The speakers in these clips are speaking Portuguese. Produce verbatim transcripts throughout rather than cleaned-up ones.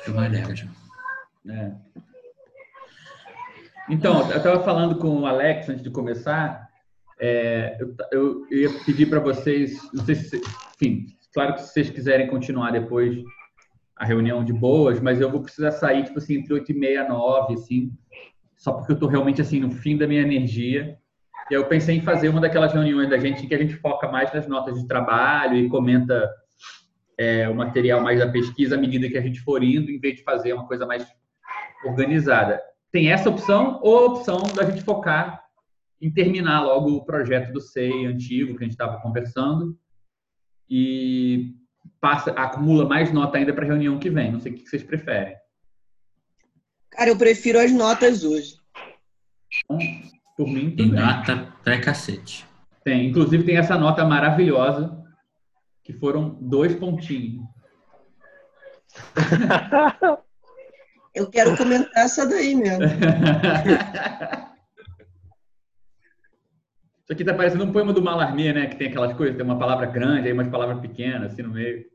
Foi uma ideia, já. É. Então, eu estava falando com o Alex antes de começar. É, eu, eu, eu ia pedir para vocês, não sei se, enfim, claro que se vocês quiserem continuar depois a reunião de boas, mas eu vou precisar sair, tipo assim, entre oito e meia e nove, assim, só porque eu estou realmente, assim, no fim da minha energia. E aí eu pensei em fazer uma daquelas reuniões da gente em que a gente foca mais nas notas de trabalho e comenta é, o material mais da pesquisa à medida que a gente for indo, em vez de fazer uma coisa mais organizada. Tem essa opção ou a opção da gente focar em terminar logo o projeto do S E I antigo que a gente estava conversando e passa, acumula mais nota ainda para a reunião que vem. Não sei o que vocês preferem. Cara, eu prefiro as notas hoje. Então, por mim, tudo Tem bem. nota pra cacete. Tem, inclusive tem essa nota maravilhosa que foram dois pontinhos. Eu quero comentar essa daí mesmo. Isso aqui tá parecendo um poema do Mallarmé, né? Que tem aquelas coisas, tem uma palavra grande, aí umas palavras pequenas, assim, no meio.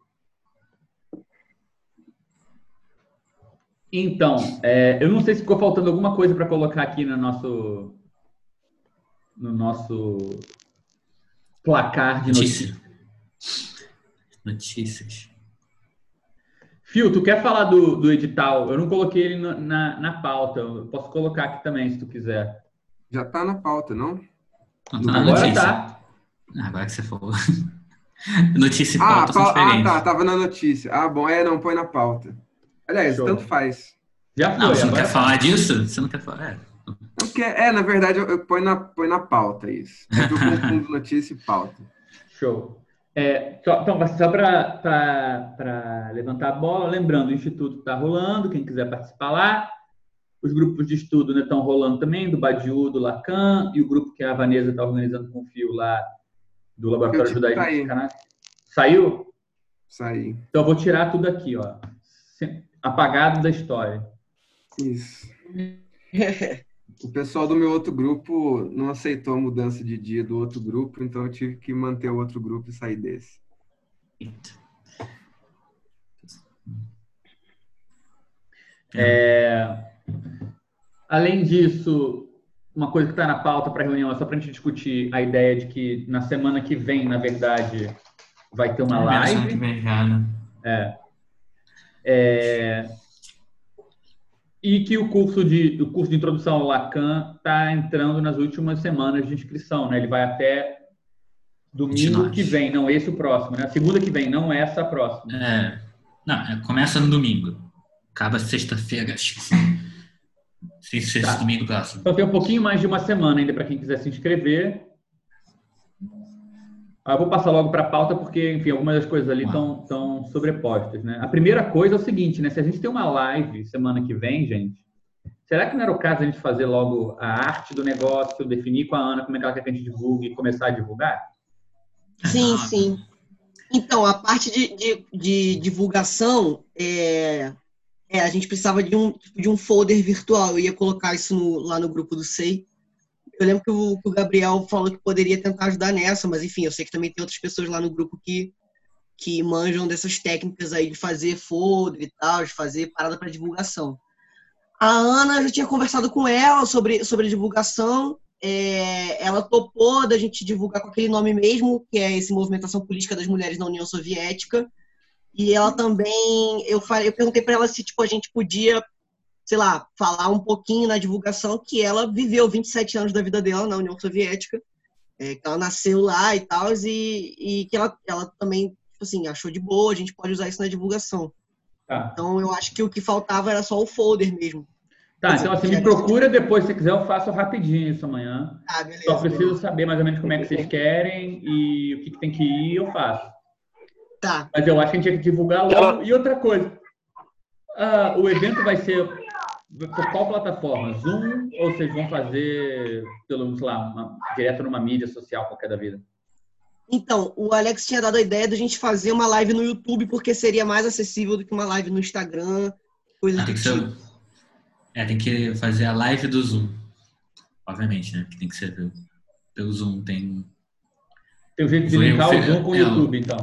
Então, é, eu não sei se ficou faltando alguma coisa para colocar aqui no nosso, no nosso placar de Notícia. notícias. Notícias. Fio, tu quer falar do, do edital? Eu não coloquei ele na, na, na pauta. Eu posso colocar aqui também, se tu quiser. Já tá na pauta, não? Não, tá na Agora notícia. tá. Ah, agora que você falou. Notícia e Ah, pauta são pau- ah, diferentes. tá, tava na notícia. Ah, bom, é, não, põe na pauta. Aliás, Show. tanto faz. Já foi. Não, você não agora quer tá. falar disso? Você não quer falar? É. Não, porque, é, na verdade, eu, eu põe na, põe na pauta isso. É que eu confundo notícia e pauta. Show. É, só, então, só para levantar a bola, lembrando, o Instituto está rolando, quem quiser participar lá. Os grupos de estudo estão, né, rolando também, do Badiou, do Lacan, e o grupo que a Vanessa está organizando com o Fio lá, do Laboratório Eu tive que Judaísmo sair. Psicanálise. Saiu? Saí. Então, eu vou tirar tudo aqui, ó. Sem- Apagado da história. Isso. O pessoal do meu outro grupo não aceitou a mudança de dia do outro grupo, então eu tive que manter o outro grupo e sair desse. É, além disso, uma coisa que está na pauta para a reunião é só para a gente discutir a ideia de que na semana que vem, na verdade, vai ter uma É, semana que live. vem já, né? É. É, e que o curso de, o curso de introdução ao Lacan está entrando nas últimas semanas de inscrição, né? Ele vai até domingo vinte e nove. que vem, não esse o próximo, né? Segunda que vem, não essa a próxima. É, não, é, começa no domingo. Acaba sexta-feira, acho que sim. Sim, sexta, Tá. domingo próximo. Então tem um pouquinho mais de uma semana ainda para quem quiser se inscrever. Ah, eu vou passar logo para a pauta porque, enfim, algumas das coisas ali estão estão sobrepostas, né? A primeira coisa é o seguinte, né? Se a gente tem uma live semana que vem, gente, será que não era o caso a gente fazer logo a arte do negócio, definir com a Ana como é que ela quer que a gente divulgue e começar a divulgar? Sim, sim. Então, a parte de, de, de divulgação, é, é, a gente precisava de um, de um folder virtual. Eu ia colocar isso no- lá no grupo do S E I. Eu lembro que o, que o Gabriel falou que poderia tentar ajudar nessa, mas enfim, eu sei que também tem outras pessoas lá no grupo que, que manjam dessas técnicas aí de fazer folder e tal, de fazer parada para divulgação. A Ana, eu já tinha conversado com ela sobre, sobre a divulgação. É, ela topou da gente divulgar com aquele nome mesmo, que é esse Movimentação Política das Mulheres na União Soviética. E ela também, eu, falei, eu perguntei para ela se tipo, a gente podia, sei lá, falar um pouquinho na divulgação que ela viveu vinte e sete anos da vida dela na União Soviética, é, que ela nasceu lá e tal, e, e que ela, ela também, tipo assim, achou de boa, a gente pode usar isso na divulgação. Tá. Então, eu acho que o que faltava era só o folder mesmo. Tá, então assim, me procura depois, se quiser, eu faço rapidinho isso amanhã. Ah, beleza. Só preciso saber mais ou menos como é que vocês querem e o que, que tem que ir, eu faço. Tá. Mas eu acho que a gente tinha que divulgar logo. E outra coisa, ah, o evento vai ser por qual plataforma? Zoom ou vocês vão fazer pelo, sei lá, uma, direto numa mídia social qualquer da vida? Então, o Alex tinha dado a ideia de a gente fazer uma live no YouTube, porque seria mais acessível do que uma live no Instagram, coisa Ah, do tem que tipo. ser, é, tem que fazer a live do Zoom. Obviamente, né? Que tem que ser pelo, pelo Zoom. Tem, Tem um jeito de Foi- linkar foi- o Zoom com o é, YouTube, então.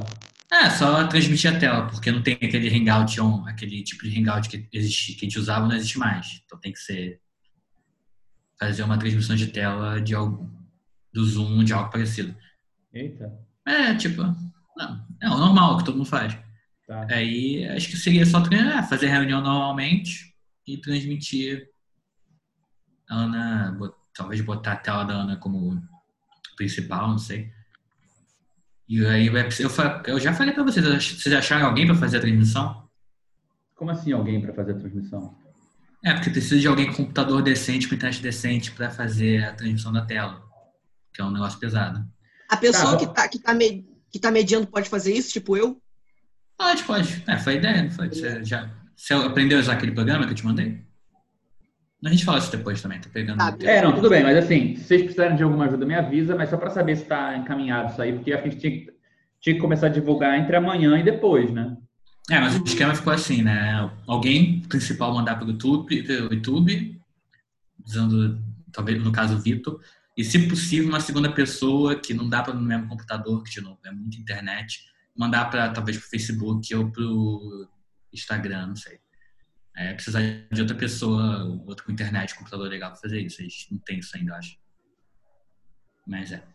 É, só transmitir a tela, porque não tem aquele hangout, on- aquele tipo de hangout que existe, que a gente usava, não existe mais. Então tem que ser fazer uma transmissão de tela de algo, do Zoom, de algo parecido. Eita, É, tipo, não, é o normal que todo mundo faz. tá. Aí acho que seria só treinar, fazer reunião normalmente e transmitir a Ana, bot- talvez botar a tela da Ana como principal, não sei. E aí vai- eu, fa- eu já falei pra vocês, vocês acharam alguém pra fazer a transmissão? Como assim alguém para fazer a transmissão? É, porque precisa de alguém com computador decente, com internet decente pra fazer a transmissão da tela, que é um negócio pesado. A Tá, pessoa que vamos- tá, que tá, me- que tá mediando pode fazer isso, tipo eu? Pode, pode. É, foi a ideia, não foi? Você já você aprendeu a usar aquele programa que eu te mandei? A gente fala isso depois também, tá pegando Tá, muito tempo. É, não, beleza. tudo bem, mas assim, se vocês precisarem de alguma ajuda, me avisa, mas só para saber se está encaminhado isso aí, porque a gente tinha, que- tinha que começar a divulgar entre amanhã e depois, né? É, mas o esquema ficou assim, né? Alguém principal mandar pelo YouTube, pelo YouTube, usando, talvez no caso, o Vitor, e se possível, uma segunda pessoa que não dá para no mesmo computador, que de novo é muita internet, mandar para talvez para o Facebook ou para o Instagram, não sei. É, precisar de outra pessoa, outro com internet, computador legal para fazer isso. A gente não tem isso ainda, eu acho. Mas é.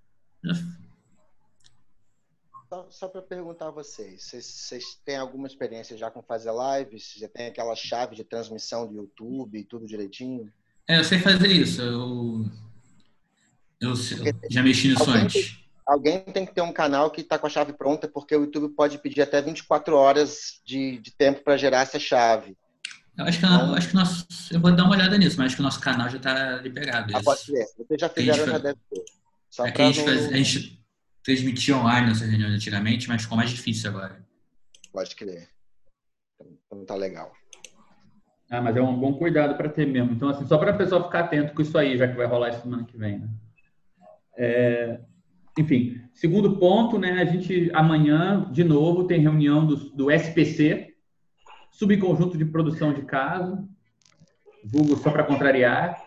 Só, só para perguntar a vocês, vocês, vocês têm alguma experiência já com fazer lives? Já tem aquela chave de transmissão do YouTube e tudo direitinho? É, eu sei fazer isso. Eu, eu, eu já mexi nisso Alguém antes. Alguém tem que ter um canal que está com a chave pronta, porque o YouTube pode pedir até vinte e quatro horas de, de tempo para gerar essa chave. Eu acho que, eu, Então, acho que nós, eu vou dar uma olhada nisso, mas acho que o nosso canal já está liberado. ah, pode ser. Vocês já fizeram, já deve ter. Só É que a para gente, não... faz, a gente transmitia online nossas reuniões antigamente, mas ficou mais difícil agora. Pode crer. Então tá legal. Ah, mas é um bom cuidado para ter mesmo. Então, assim, só para a pessoa ficar atento com isso aí, já que vai rolar essa semana que vem, né? É, enfim, segundo ponto, né? A gente amanhã, de novo, tem reunião do, do S P C, Subconjunto de Produção de Caso, vulgo só para contrariar.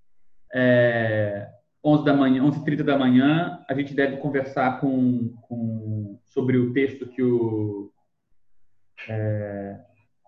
É, onze da manhã, onze e trinta da manhã, a gente deve conversar com, com, sobre o texto que o é,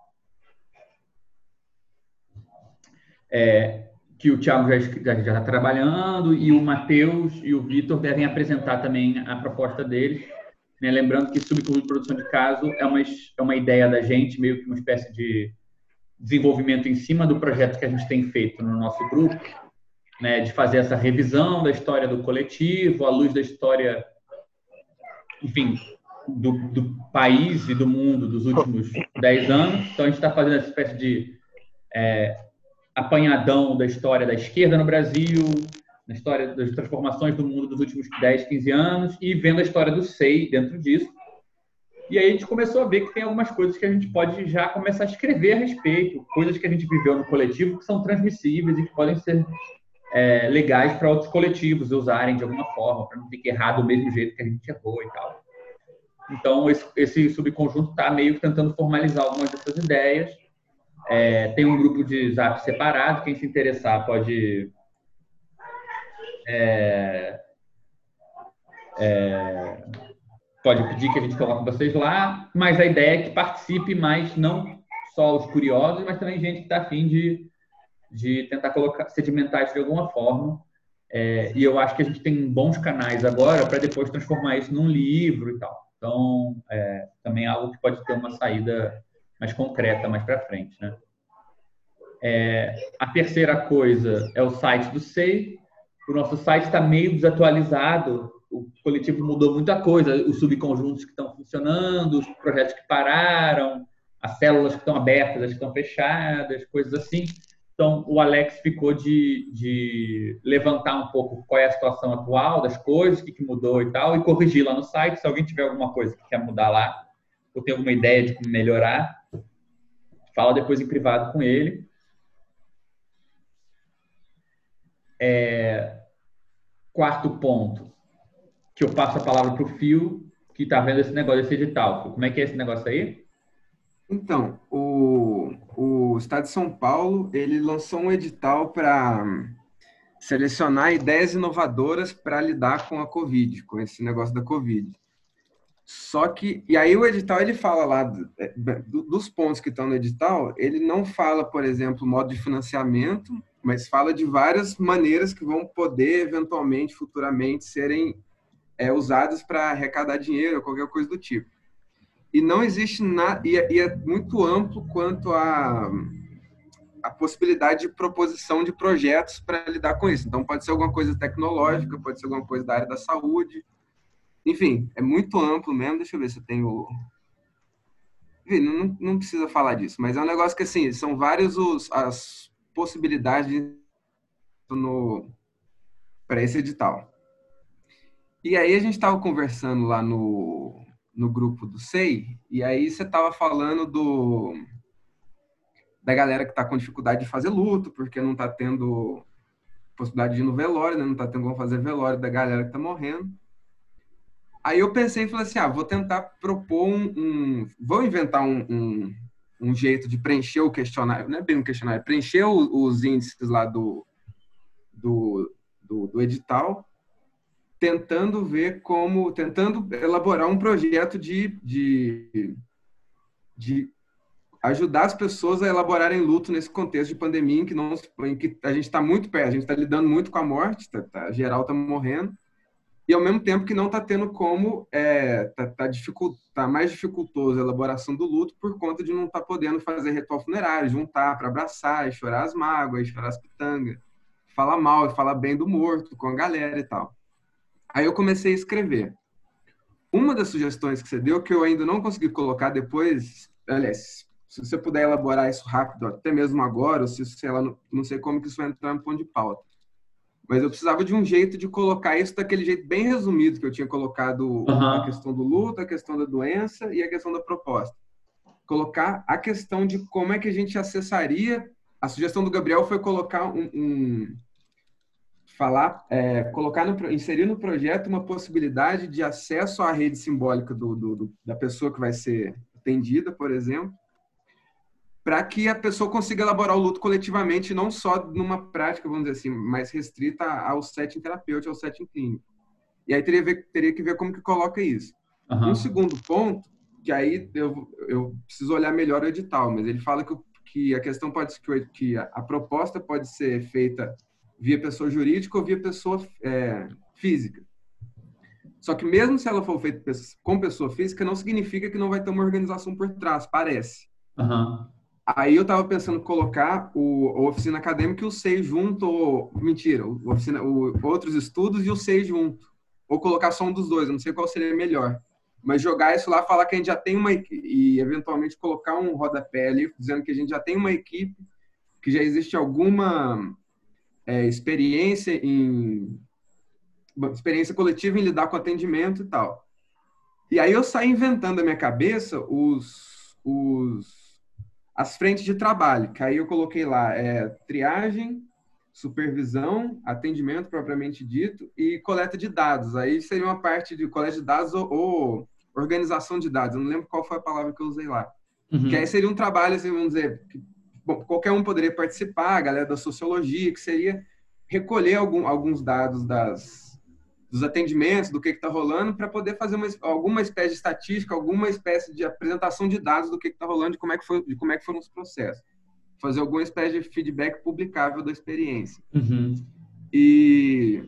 é, que o Thiago já está trabalhando e o Matheus e o Vitor devem apresentar também a proposta deles. Né? Lembrando que subconjunto de produção de caso é uma, é uma ideia da gente, meio que uma espécie de desenvolvimento em cima do projeto que a gente tem feito no nosso grupo, né? De fazer essa revisão da história do coletivo, à luz da história, enfim, do, do país e do mundo dos últimos dez anos. Então, a gente está fazendo essa espécie de é, apanhadão da história da esquerda no Brasil, na história das transformações do mundo dos últimos dez, quinze anos e vendo a história do S E I dentro disso. E aí a gente começou a ver que tem algumas coisas que a gente pode já começar a escrever a respeito, coisas que a gente viveu no coletivo que são transmissíveis e que podem ser é, legais para outros coletivos usarem de alguma forma, para não ter que errar do mesmo jeito que a gente errou e tal. Então, esse, esse subconjunto está meio que tentando formalizar algumas dessas ideias. É, tem um grupo de Zap separado, quem se interessar pode é, é, pode pedir que a gente coloque vocês lá, mas a ideia é que participe mais não só os curiosos, mas também gente que está afim de, de tentar colocar, sedimentar isso de alguma forma. É, e eu acho que a gente tem bons canais agora para depois transformar isso num livro e tal. Então, é, também é algo que pode ter uma saída mais concreta mais para frente, né? É, a terceira coisa é o site do S E I. O nosso site está meio desatualizado. O coletivo mudou muita coisa. Os subconjuntos que estão funcionando, os projetos que pararam, as células que estão abertas, as que estão fechadas, coisas assim. Então, o Alex ficou de, de levantar um pouco qual é a situação atual das coisas, o que, que mudou e tal, e corrigir lá no site. Se alguém tiver alguma coisa que quer mudar lá, ou tem alguma ideia de como melhorar, fala depois em privado com ele. É, quarto ponto, que eu passo a palavra para o Fio, que está vendo esse negócio desse edital. Como é que é esse negócio aí? Então, o, o Estado de São Paulo, ele lançou um edital para selecionar ideias inovadoras para lidar com a Covid, com esse negócio da Covid. Só que, e aí o edital, ele fala lá do, dos pontos que estão no edital, ele não fala, por exemplo, modo de financiamento, mas fala de várias maneiras que vão poder, eventualmente, futuramente, serem é, usadas para arrecadar dinheiro ou qualquer coisa do tipo. E não existe nada, e, e é muito amplo quanto a, a possibilidade de proposição de projetos para lidar com isso. Então, pode ser alguma coisa tecnológica, pode ser alguma coisa da área da saúde. Enfim, é muito amplo mesmo. Deixa eu ver se eu tenho... Enfim, não, não precisa falar disso, mas é um negócio que, assim, são várias os, as possibilidades no para esse edital. E aí a gente estava conversando lá no, no grupo do S E I, e aí você estava falando do da galera que está com dificuldade de fazer luto, porque não está tendo possibilidade de ir no velório, né? Não está tendo como fazer velório da galera que está morrendo. Aí eu pensei e falei assim, ah, vou tentar propor um... um vou inventar um, um, um jeito de preencher o questionário, não é bem um questionário, preencher o, os índices lá do, do, do, do edital, tentando ver como... Tentando elaborar um projeto de, de, de ajudar as pessoas a elaborarem luto nesse contexto de pandemia em que, não, em que a gente está muito perto, a gente está lidando muito com a morte, tá, tá, geral está morrendo, e ao mesmo tempo que não está tendo como, é, tá, tá, dificult, tá mais dificultoso a elaboração do luto por conta de não estar tá podendo fazer ritual funerário, juntar para abraçar e chorar as mágoas, chorar as pitangas, falar mal e falar bem do morto com a galera e tal. Aí eu comecei a escrever. Uma das sugestões que você deu, que eu ainda não consegui colocar depois, aliás, se você puder elaborar isso rápido, até mesmo agora, ou se, sei lá, não, não sei como que isso vai entrar no ponto de pauta. Mas eu precisava de um jeito de colocar isso daquele jeito bem resumido que eu tinha colocado uhum. a questão do luto, a questão da doença e a questão da proposta. Colocar a questão de como é que a gente acessaria. A sugestão do Gabriel foi colocar um... um falar, é, colocar no, inserir no projeto uma possibilidade de acesso à rede simbólica do, do, do, da pessoa que vai ser atendida, por exemplo, para que a pessoa consiga elaborar o luto coletivamente, não só numa prática, vamos dizer assim, mais restrita ao setting terapêutico, ao setting clínico. E aí teria, ver, teria que ver como que coloca isso. Uhum. Um segundo ponto, que aí eu, eu preciso olhar melhor o edital, mas ele fala que, que a questão pode ser, que a, a proposta pode ser feita via pessoa jurídica ou via pessoa é, física. Só que mesmo se ela for feita com pessoa física, não significa que não vai ter uma organização por trás, parece. Uhum. Aí eu estava pensando em colocar o, a oficina acadêmica e o S E I junto, ou, mentira, o, oficina, o, outros estudos e o S E I junto. Ou colocar só um dos dois, eu não sei qual seria melhor. Mas jogar isso lá, falar que a gente já tem uma equipe, e eventualmente colocar um rodapé ali, dizendo que a gente já tem uma equipe, que já existe alguma é, experiência em... experiência coletiva em lidar com atendimento e tal. E aí eu saí inventando na minha cabeça os... os as frentes de trabalho, que aí eu coloquei lá é, triagem, supervisão, atendimento propriamente dito e coleta de dados. Aí seria uma parte de coleta de dados ou, ou organização de dados. Eu não lembro qual foi a palavra que eu usei lá. Uhum. Que aí seria um trabalho, assim, vamos dizer, que, bom, qualquer um poderia participar, a galera da sociologia, que seria recolher algum, alguns dados das, dos atendimentos, do que está rolando, para poder fazer uma, alguma espécie de estatística, alguma espécie de apresentação de dados do que está rolando, de como, é que foi, de como é que foram os processos. Fazer alguma espécie de feedback publicável da experiência. Uhum. E...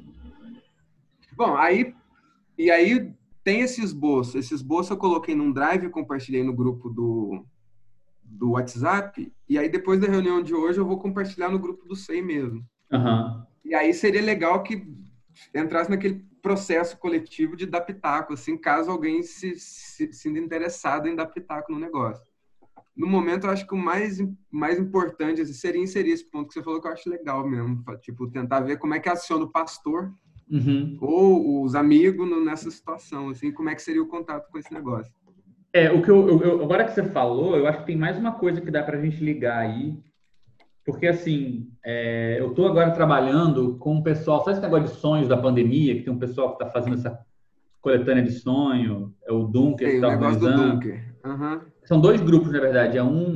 Bom, aí... E aí tem esse esboço. Esse esboço eu coloquei num drive e compartilhei no grupo do, do WhatsApp. E aí depois da reunião de hoje eu vou compartilhar no grupo do S E I mesmo. Uhum. E aí seria legal que entrasse naquele processo coletivo de dar pitaco, assim, caso alguém se, se sinta interessado em dar pitaco no negócio. No momento, eu acho que o mais, mais importante assim, seria inserir esse ponto que você falou, que eu acho legal mesmo. Tipo, tentar ver como é que aciona o pastor uhum. ou os amigos nessa situação, assim, como é que seria o contato com esse negócio. É, o que eu, eu, agora que você falou, eu acho que tem mais uma coisa que dá para a gente ligar aí, porque, assim, é, eu estou agora trabalhando com o pessoal, sabe esse negócio de sonhos da pandemia, que tem um pessoal que está fazendo essa coletânea de sonho, é o Dunker que está organizando. O negócio do Dunker. Uhum. São dois grupos, na verdade. É um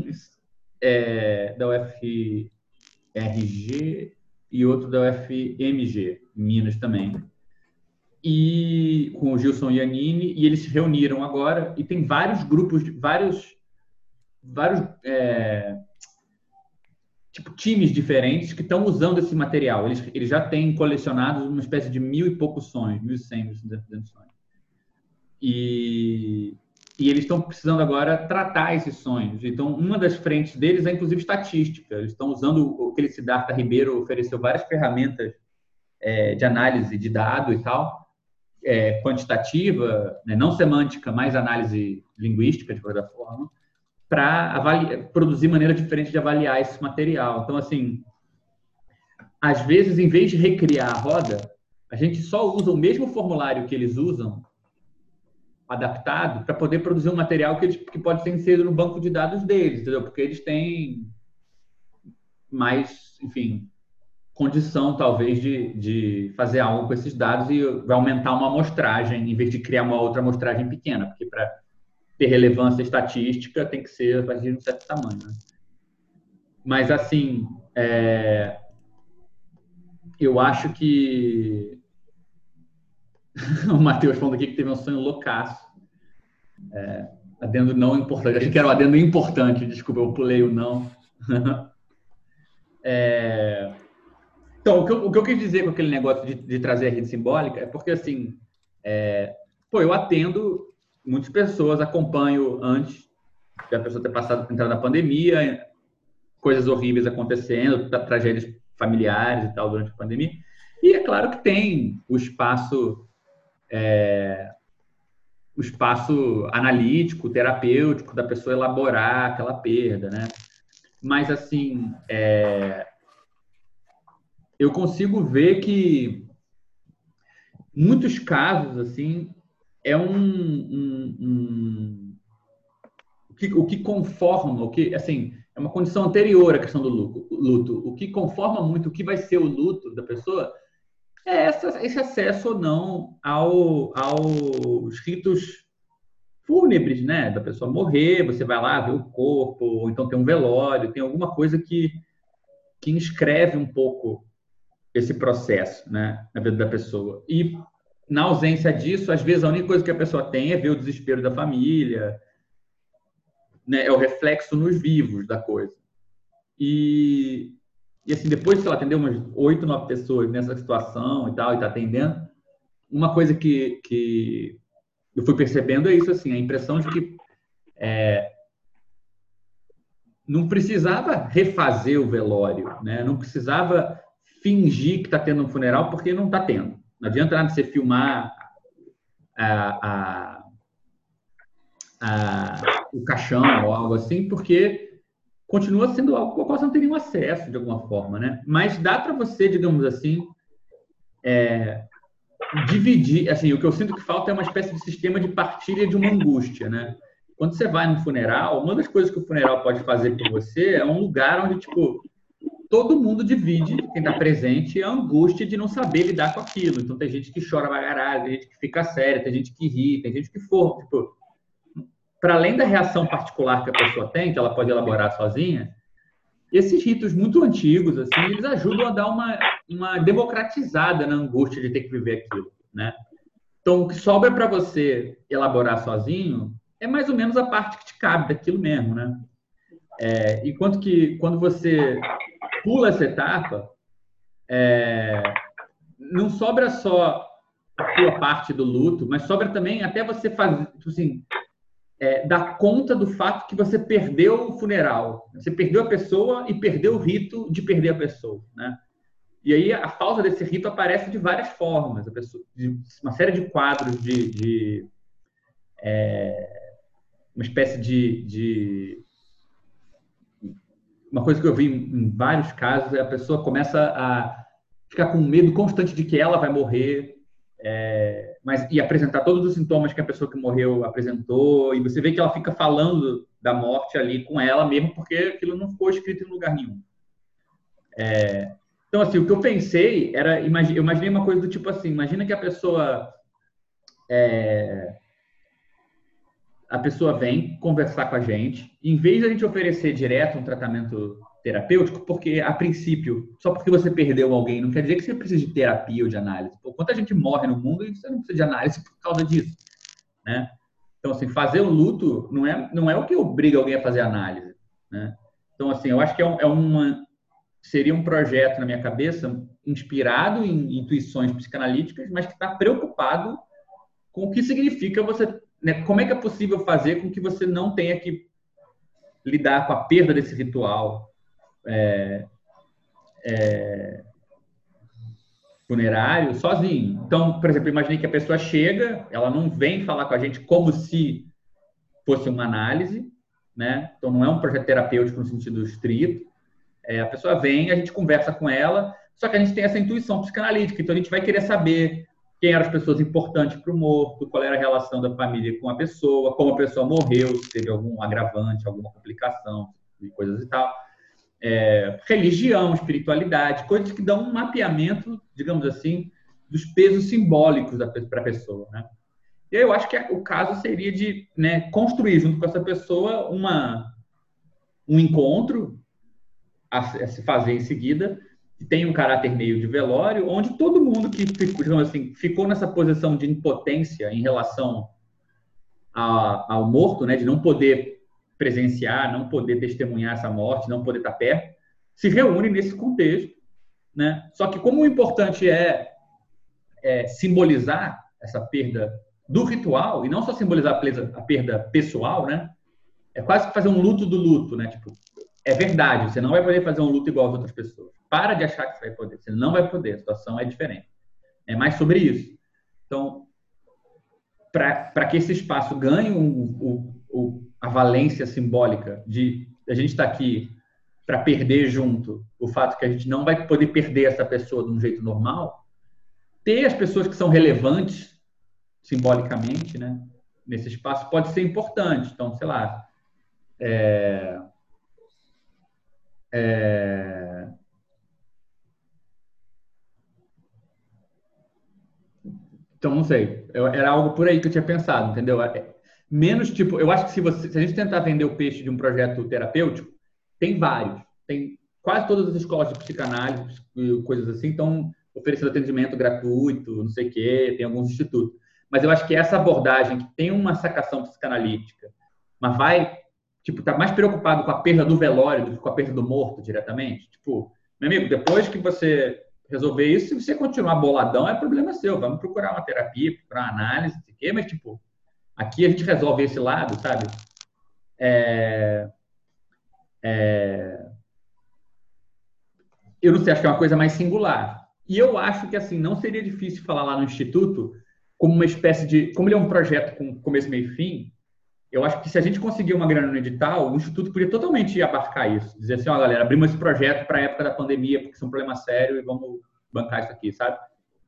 é, da U F R G e outro da U F M G, Minas também. e com o Gilson Iannini, e eles se reuniram agora, e tem vários grupos, vários, vários é, tipo, times diferentes que estão usando esse material. Eles, eles já têm colecionados uma espécie de mil e poucos sonhos, mil e cem sonhos. E, e eles estão precisando agora tratar esses sonhos. Então, uma das frentes deles é, inclusive, estatística. Eles estão usando o que ele, Siddhartha Ribeiro ofereceu várias ferramentas é, de análise de dado e tal, é, quantitativa, né, não semântica, mas análise linguística, de qualquer forma, para produzir maneira diferente de avaliar esse material. Então, assim, às vezes, em vez de recriar a roda, a gente só usa o mesmo formulário que eles usam, adaptado, para poder produzir um material que, eles, que pode ser inserido no banco de dados deles, entendeu? Porque eles têm mais, enfim, condição, talvez, de, de fazer algo com esses dados e vai aumentar uma amostragem, em vez de criar uma outra amostragem pequena, porque para ter relevância estatística tem que ser a partir de um certo tamanho, né? Mas, assim, é... eu acho que o Matheus falando aqui que teve um sonho loucaço. É, adendo não importante. Achei que era um adendo importante. Desculpa, eu pulei o não. É... Então, o que, eu, o que eu quis dizer com aquele negócio de, de trazer a rede simbólica é porque, assim, é... pô, eu atendo muitas pessoas, acompanho antes da pessoa ter passado, entrar na pandemia, coisas horríveis acontecendo, tra tragédias familiares e tal durante a pandemia. E é claro que tem o espaço... É, o espaço analítico, terapêutico da pessoa elaborar aquela perda, né? Mas, assim, é, eu consigo ver que muitos casos, assim, é um... um, um o, que, o que conforma, o que, assim, é uma condição anterior à questão do luto. O que conforma muito o que vai ser o luto da pessoa é essa, esse acesso ou não ao, aos ritos fúnebres, né? Da pessoa morrer, você vai lá ver o corpo, ou então tem um velório, tem alguma coisa que, que inscreve um pouco esse processo, né? Na vida da pessoa. E, na ausência disso, às vezes a única coisa que a pessoa tem é ver o desespero da família, né? É o reflexo nos vivos da coisa. E... E assim, depois que ela atendeu umas oito, nove pessoas nessa situação e tal, e tá atendendo, uma coisa que, que eu fui percebendo é isso, assim, a impressão de que é, não precisava refazer o velório, né? Não precisava fingir que está tendo um funeral, porque não está tendo. Não adianta nada você filmar a, a, a, o caixão ou algo assim, porque continua sendo algo ao qual você não tem nenhum acesso, de alguma forma, né? Mas dá para você, digamos assim, é, dividir... Assim, o que eu sinto que falta é uma espécie de sistema de partilha de uma angústia, né? Quando você vai no funeral, uma das coisas que o funeral pode fazer por você é um lugar onde, tipo, todo mundo divide, quem está presente, a angústia de não saber lidar com aquilo. Então, tem gente que chora bagarado, tem gente que fica séria, tem gente que ri, tem gente que for, tipo... Para além da reação particular que a pessoa tem, que ela pode elaborar sozinha, esses ritos muito antigos, assim, eles ajudam a dar uma, uma democratizada na angústia de ter que viver aquilo, né? Então, o que sobra para você elaborar sozinho é mais ou menos a parte que te cabe daquilo mesmo, né? É, enquanto que, quando você pula essa etapa, é, não sobra só a tua parte do luto, mas sobra também até você fazer, tipo assim... É, dar conta do fato que você perdeu o funeral. Você perdeu a pessoa e perdeu o rito de perder a pessoa, né? E aí a falta desse rito aparece de várias formas. A pessoa, de uma série de quadros de... de é, uma espécie de, de... Uma coisa que eu vi em vários casos é a pessoa começa a ficar com medo constante de que ela vai morrer, É, mas, e apresentar todos os sintomas que a pessoa que morreu apresentou, e você vê que ela fica falando da morte ali com ela mesmo, porque aquilo não ficou escrito em lugar nenhum. É, então, assim, o que eu pensei era, eu imaginei uma coisa do tipo assim, imagina que a pessoa é, a pessoa vem conversar com a gente, e em vez de a gente oferecer direto um tratamento terapêutico, porque, a princípio, só porque você perdeu alguém, não quer dizer que você precisa de terapia ou de análise. quanta gente morre no mundo e você não precisa de análise por causa disso, né? Então, assim, fazer o luto não é, não é o que obriga alguém a fazer análise, né? Então, assim, eu acho que é, um, é uma, seria um projeto na minha cabeça inspirado em intuições psicanalíticas, mas que está preocupado com o que significa você, né? Como é que é possível fazer com que você não tenha que lidar com a perda desse ritual é, é, funerário sozinho. Então, por exemplo, imaginei que a pessoa chega, ela não vem falar com a gente como se fosse uma análise, né? Então, não é um projeto terapêutico no sentido estrito. É, a pessoa vem, a gente conversa com ela, só que a gente tem essa intuição psicanalítica, então a gente vai querer saber quem eram as pessoas importantes para o morto, qual era a relação da família com a pessoa, como a pessoa morreu, se teve algum agravante, alguma complicação e coisas e tal. É, religião, espiritualidade, coisas que dão um mapeamento, digamos assim, dos pesos simbólicos para a pessoa, né? E eu acho que o caso seria de, né, construir junto com essa pessoa uma, um encontro a, a se fazer em seguida, que tem um caráter meio de velório, onde todo mundo que ficou, digamos assim, ficou nessa posição de impotência em relação a, ao morto, né, de não poder presenciar, não poder testemunhar essa morte, não poder estar perto, se reúne nesse contexto, né? Só que como o importante é, é simbolizar essa perda do ritual, e não só simbolizar a perda, a perda pessoal, né? É quase que fazer um luto do luto, né? Tipo, é verdade, você não vai poder fazer um luto igual às outras pessoas. Para de achar que você vai poder, você não vai poder, a situação é diferente. É mais sobre isso. Então, para que esse espaço ganhe o, o, a valência simbólica de a gente estar aqui para perder junto o fato que a gente não vai poder perder essa pessoa de um jeito normal, ter as pessoas que são relevantes simbolicamente, né, nesse espaço pode ser importante. Então, sei lá, é, é, então, não sei. Eu, era algo por aí que eu tinha pensado, entendeu? Menos, tipo, eu acho que se, você, se a gente tentar vender o peixe de um projeto terapêutico, tem vários. Tem quase todas as escolas de psicanálise, coisas assim, estão oferecendo atendimento gratuito, não sei o quê, tem alguns institutos. Mas eu acho que essa abordagem, que tem uma sacação psicanalítica, mas vai, tipo, tá mais preocupado com a perda do velório do que com a perda do morto diretamente. Tipo, meu amigo, depois que você resolver isso, se você continuar boladão, é problema seu. Vamos procurar uma terapia, procurar uma análise, não sei o quê, mas, tipo, aqui a gente resolve esse lado, sabe? É... É... Eu não sei, acho que é uma coisa mais singular. E eu acho que, assim, não seria difícil falar lá no Instituto como uma espécie de... Como ele é um projeto com começo, meio e fim, eu acho que se a gente conseguir uma grana no edital, o Instituto podia totalmente abarcar isso. Dizer assim, ó, galera, abrimos esse projeto para a época da pandemia, porque isso é um problema sério e vamos bancar isso aqui, sabe?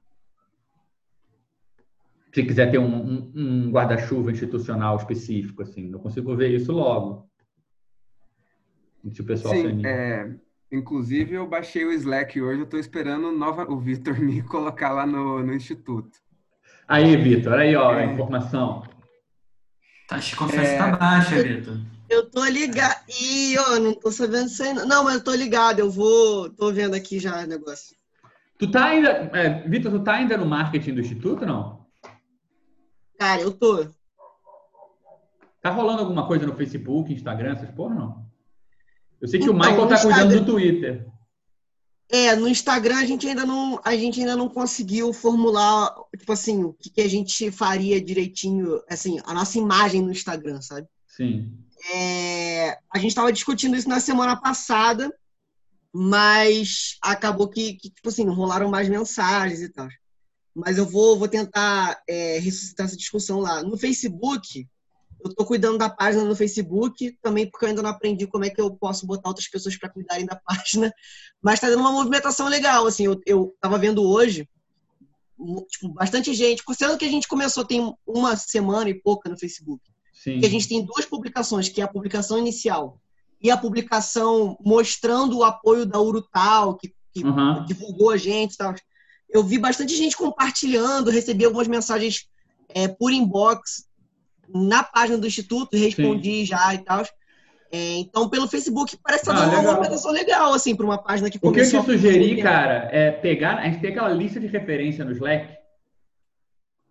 Se quiser ter um, um, um guarda-chuva institucional específico, assim, eu consigo ver isso logo. Se o pessoal Sim, é, inclusive eu baixei o Slack hoje, eu estou esperando nova, o Vitor me colocar lá no, no Instituto. Aí, Vitor, aí, ó, É. a informação. Tá, te confesso que tá baixa, Vitor. Eu tô ligado. Ih, ó, não tô sabendo isso aí. Não. não, mas eu tô ligado, eu vou. Tô vendo aqui já o negócio. Tu tá ainda. É, Vitor, tu tá ainda no marketing do Instituto, não? Cara, eu tô. Tá rolando alguma coisa no Facebook, Instagram, essas porra, não? Eu sei que Então, o Michael no tá cuidando Instagram- do Twitter. É, no Instagram a gente ainda não, a gente ainda não conseguiu formular, tipo assim, o que, que a gente faria direitinho, assim, a nossa imagem no Instagram, sabe? Sim. É, a gente estava discutindo isso na semana passada, mas acabou que, que, tipo assim, não rolaram mais mensagens e tal. Mas eu vou, vou tentar é, ressuscitar essa discussão lá. No Facebook, eu estou cuidando da página no Facebook, também porque eu ainda não aprendi como é que eu posso botar outras pessoas para cuidarem da página, mas está dando uma movimentação legal, assim, eu, eu tava vendo hoje, tipo, bastante gente, considerando que a gente começou tem uma semana e pouca no Facebook, Sim. que a gente tem duas publicações, que é a publicação inicial e a publicação mostrando o apoio da Urutau, que, que Uhum. divulgou a gente e tal. Eu vi bastante gente compartilhando, recebi algumas mensagens é, por inbox na página do Instituto, respondi Sim. já e tal. É, então, pelo Facebook, parece que tá Ah, dando uma legal. movimentação legal, assim, para uma página que O que eu começou te a sugeri, tempo. cara, é pegar... A gente tem aquela lista de referência no Slack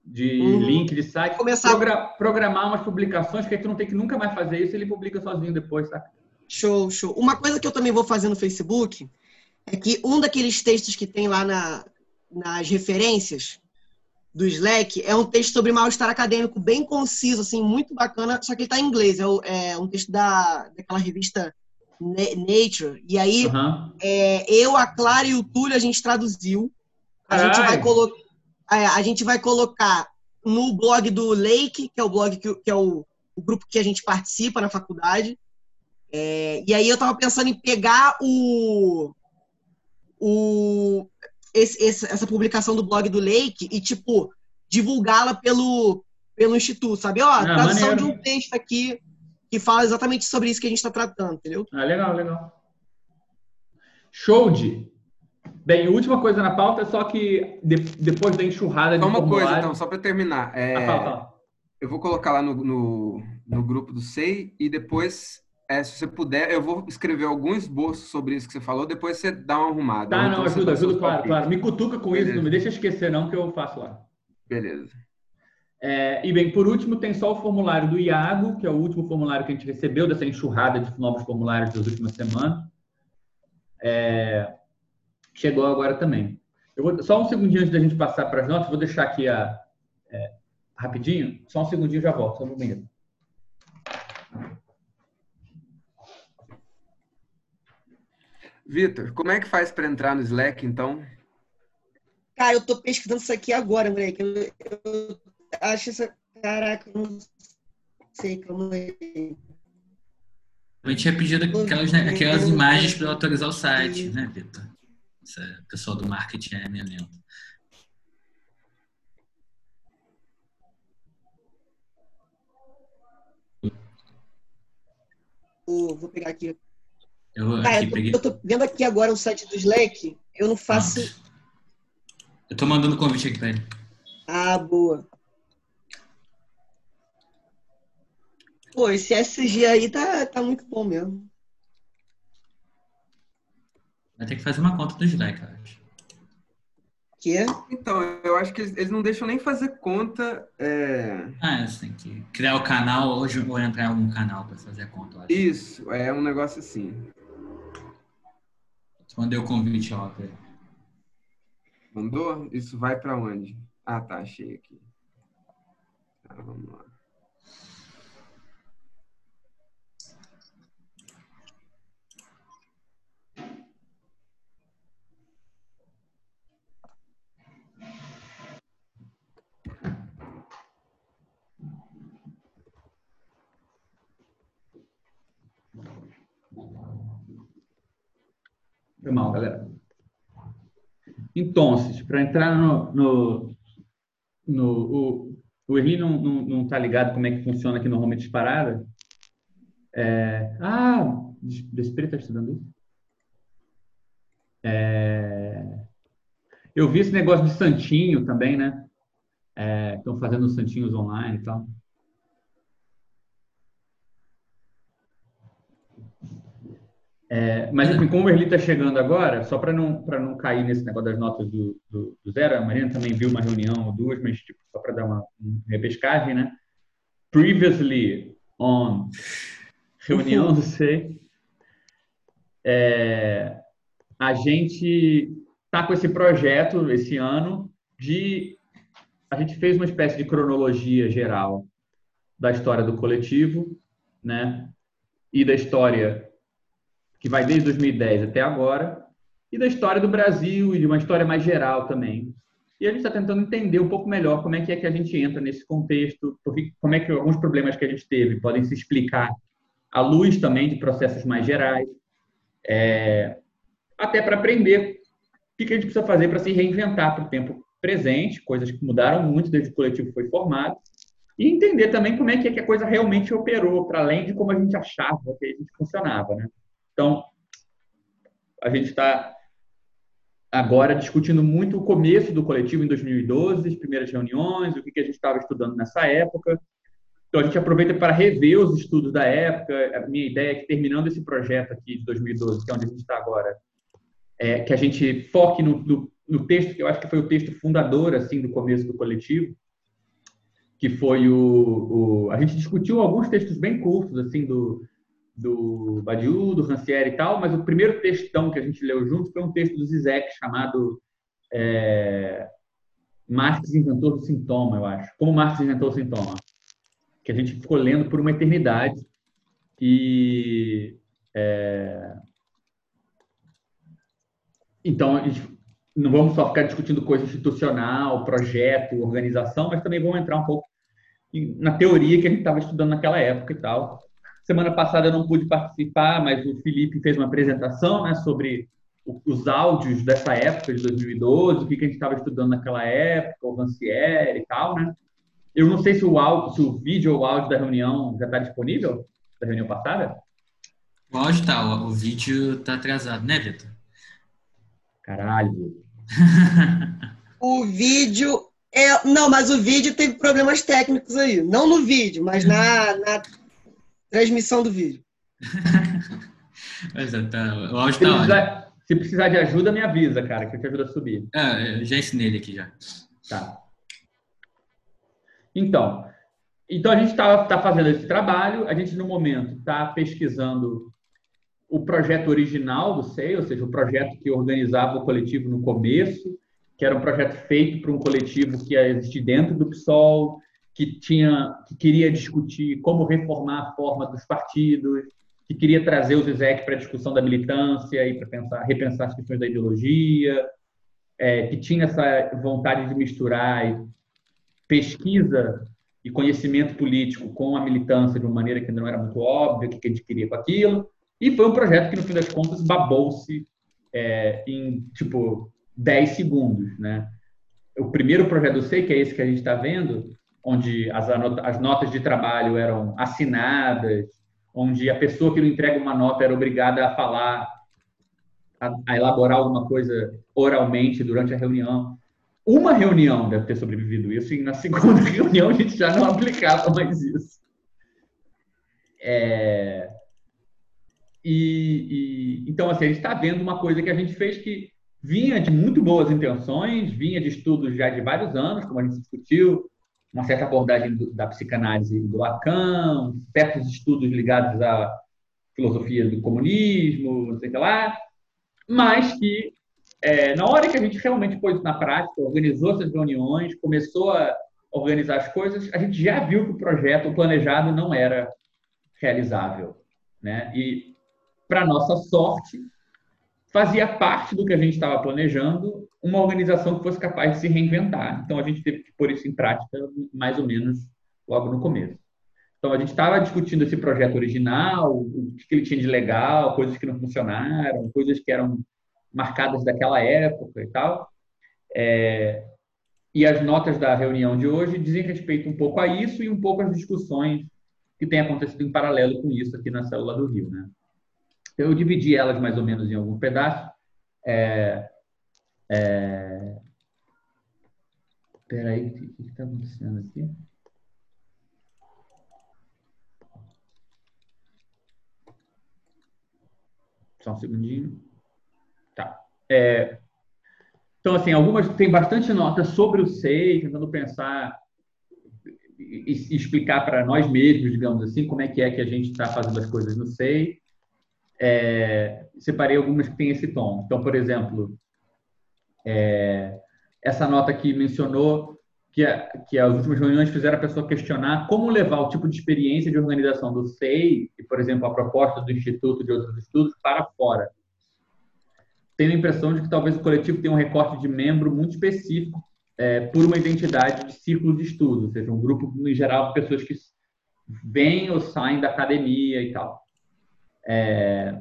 de Uhum. link de site, Começar- progra- programar umas publicações que aí tu não tem que nunca mais fazer isso, ele publica sozinho depois, tá? Show, show. Uma coisa que eu também vou fazer no Facebook é que um daqueles textos que tem lá na, nas referências do Slack é um texto sobre mal-estar acadêmico bem conciso, assim, muito bacana, só que ele tá em inglês. É, o- é um texto da, daquela revista Na- Nature. E aí, Aham. é, eu, a Clara e o Túlio, a gente traduziu. A gente, vai Caralho! colo- é, a gente vai colocar no blog do Lake, que é o blog que, que é o, o grupo que a gente participa na faculdade. É, e aí eu tava pensando em pegar o, o esse, esse- essa publicação do blog do Lake e, tipo, divulgá-la pelo, pelo Instituto, sabe? Ó, Ah, tradução maneiro. de um texto aqui que fala exatamente sobre isso que a gente está tratando, entendeu? Ah, legal, legal. Show de... Bem, última coisa na pauta, só que de- depois da enxurrada de Só uma coisa, formulário... então, só para terminar. É, Ah, fala, fala. eu vou colocar lá no, no, no grupo do S E I e depois, é, se você puder, eu vou escrever algum esboço sobre isso que você falou, depois você dá uma arrumada. Tá, Ou não, então você ajuda, dá seus ajuda, claro, palpites. claro. Me cutuca com isso, Beleza. não me deixa esquecer não, que eu faço lá. Beleza. É, e bem, por último, tem só o formulário do Iago, que é o último formulário que a gente recebeu dessa enxurrada de novos formulários das últimas semanas. É, chegou agora também. Eu vou, só um segundinho antes da gente passar para as notas, vou deixar aqui a, é, rapidinho, só um segundinho já volto, só um minuto. Vitor, como é que faz para entrar no Slack, então? Cara, eu tô pesquisando isso aqui agora, moleque. Eu, eu acho essa... Caraca, eu não sei, calma aí. A gente tinha pedido aquelas, né, aquelas imagens para autorizar o site, né, Vitor? O pessoal do marketing é meio lento. Vou, vou pegar aqui. Eu Cara, aqui eu tô, peguei. eu tô vendo aqui agora o site do Slack. Eu não faço... Pronto. Eu tô mandando convite aqui para ele. Ah, boa. Pô, esse S G aí tá, tá muito bom mesmo. Vai ter que fazer uma conta do Slack, eu acho. Que é? Então, eu acho que eles, eles não deixam nem fazer conta. é, Ah, você tem que criar o canal ou, ou entrar em algum canal para fazer a conta, eu acho. Isso, é um negócio assim. Mandei o convite lá para ele. Mandou? Isso vai para onde? Ah, tá, achei aqui. Tá, vamos lá. Foi mal, galera. Então, para entrar no... no, no o, o Erli não, não, não tá ligado como é que funciona aqui no Home Disparada. É, ah, Despre tá estudando isso? É, eu vi esse negócio de santinho também, né? Estão fazendo santinhos online e tal. É, mas, enfim, como o Erli está chegando agora, só para não, para não cair nesse negócio das notas do, do, do zero, a Marina também viu uma reunião ou duas, mas tipo, só para dar uma, uma repescagem, né? Previously on reunião do S E I, é, a gente está com esse projeto esse ano de... A gente fez uma espécie de cronologia geral da história do coletivo, né? E da história que vai desde dois mil e dez até agora, e da história do Brasil e de uma história mais geral também. E a gente está tentando entender um pouco melhor como é que é que a gente entra nesse contexto, porque, como é que alguns problemas que a gente teve podem se explicar à luz também de processos mais gerais, é, até para aprender o que a gente precisa fazer para se reinventar para o tempo presente, coisas que mudaram muito desde que o coletivo foi formado, e entender também como é que, é que a coisa realmente operou, para além de como a gente achava que a gente funcionava, né? Então, a gente está agora discutindo muito o começo do coletivo em dois mil e doze, as primeiras reuniões, o que a gente estava estudando nessa época. Então, a gente aproveita para rever os estudos da época. A minha ideia é que, terminando esse projeto aqui de dois mil e doze, que é onde a gente está agora, é que a gente foque no, no, no texto, que eu acho que foi o texto fundador assim, do começo do coletivo, que foi o, o... A gente discutiu alguns textos bem curtos, assim, do, do Badiou, do Rancière e tal, mas o primeiro textão que a gente leu junto foi um texto do Zizek chamado é, Marx inventou o sintoma, eu acho. Como Marx inventou o sintoma. Que a gente ficou lendo por uma eternidade. E... É... Então, a gente não vamos só ficar discutindo coisa institucional, projeto, organização, mas também vamos entrar um pouco na teoria que a gente estava estudando naquela época e tal. Semana passada eu não pude participar, mas o Felipe fez uma apresentação, né, sobre os áudios dessa época, de dois mil e doze, o que a gente estava estudando naquela época, o Rancière e tal, né? Eu não sei se o, áudio, se o vídeo ou o áudio da reunião já está disponível, da reunião passada. O áudio tá, o, o vídeo tá atrasado, né, Vitor? Caralho. O vídeo... É, não, mas o vídeo teve problemas técnicos aí. Não no vídeo, mas na, na transmissão do vídeo. Mas é, tá, o áudio Se tá precisar, se precisar de ajuda, me avisa, cara, que eu te ajudo a subir. Ah, eu já ensinei ele aqui já. Tá. Então, então a gente está tá fazendo esse trabalho, a gente, no momento, está pesquisando o projeto original do S E I, ou seja, o projeto que organizava o coletivo no começo, que era um projeto feito para um coletivo que ia existir dentro do PSOL, que, tinha, que queria discutir como reformar a forma dos partidos, que queria trazer o Zizek para a discussão da militância e para pensar, repensar as questões da ideologia, é, que tinha essa vontade de misturar pesquisa e conhecimento político com a militância de uma maneira que não era muito óbvia, o que a gente queria com aquilo. E foi um projeto que, no fim das contas, babou-se é, em, tipo, dez segundos, né? O primeiro projeto do S E I, que é esse que a gente está vendo, onde as, as notas de trabalho eram assinadas, onde a pessoa que não entrega uma nota era obrigada a falar, a, a elaborar alguma coisa oralmente durante a reunião. Uma reunião deve ter sobrevivido isso, e na segunda reunião a gente já não aplicava mais isso. É... E, e, então, assim, a gente está vendo uma coisa que a gente fez que vinha de muito boas intenções, vinha de estudos já de vários anos, como a gente discutiu, uma certa abordagem do, da psicanálise do Lacan, certos estudos ligados à filosofia do comunismo, não sei o que lá, mas que, é, na hora que a gente realmente pôs na prática, organizou essas reuniões, começou a organizar as coisas, a gente já viu que o projeto, o planejado, não era realizável, né? E, para nossa sorte, fazia parte do que a gente estava planejando uma organização que fosse capaz de se reinventar. Então, a gente teve que pôr isso em prática mais ou menos logo no começo. Então, a gente estava discutindo esse projeto original, o que ele tinha de legal, coisas que não funcionaram, coisas que eram marcadas daquela época e tal. É... E as notas da reunião de hoje dizem respeito um pouco a isso e um pouco às discussões que têm acontecido em paralelo com isso aqui na Célula do Rio, né? Eu dividi elas mais ou menos em alguns pedaços. É, é... Peraí, o que está acontecendo aqui? Só um segundinho. Tá. É... Então, assim, algumas tem bastante notas sobre o S E I, tentando pensar e, e explicar para nós mesmos, digamos assim, como é que é que a gente está fazendo as coisas no S E I. É, separei algumas que têm esse tom. Então, por exemplo, é, essa nota aqui mencionou que, a, que as últimas reuniões fizeram a pessoa questionar como levar o tipo de experiência de organização do S E I, e, por exemplo, a proposta do Instituto de Outros Estudos, para fora. Tenho a impressão de que talvez o coletivo tenha um recorte de membro muito específico é, por uma identidade de círculo de estudo, ou seja, um grupo, em geral, de pessoas que vêm ou saem da academia e tal. É,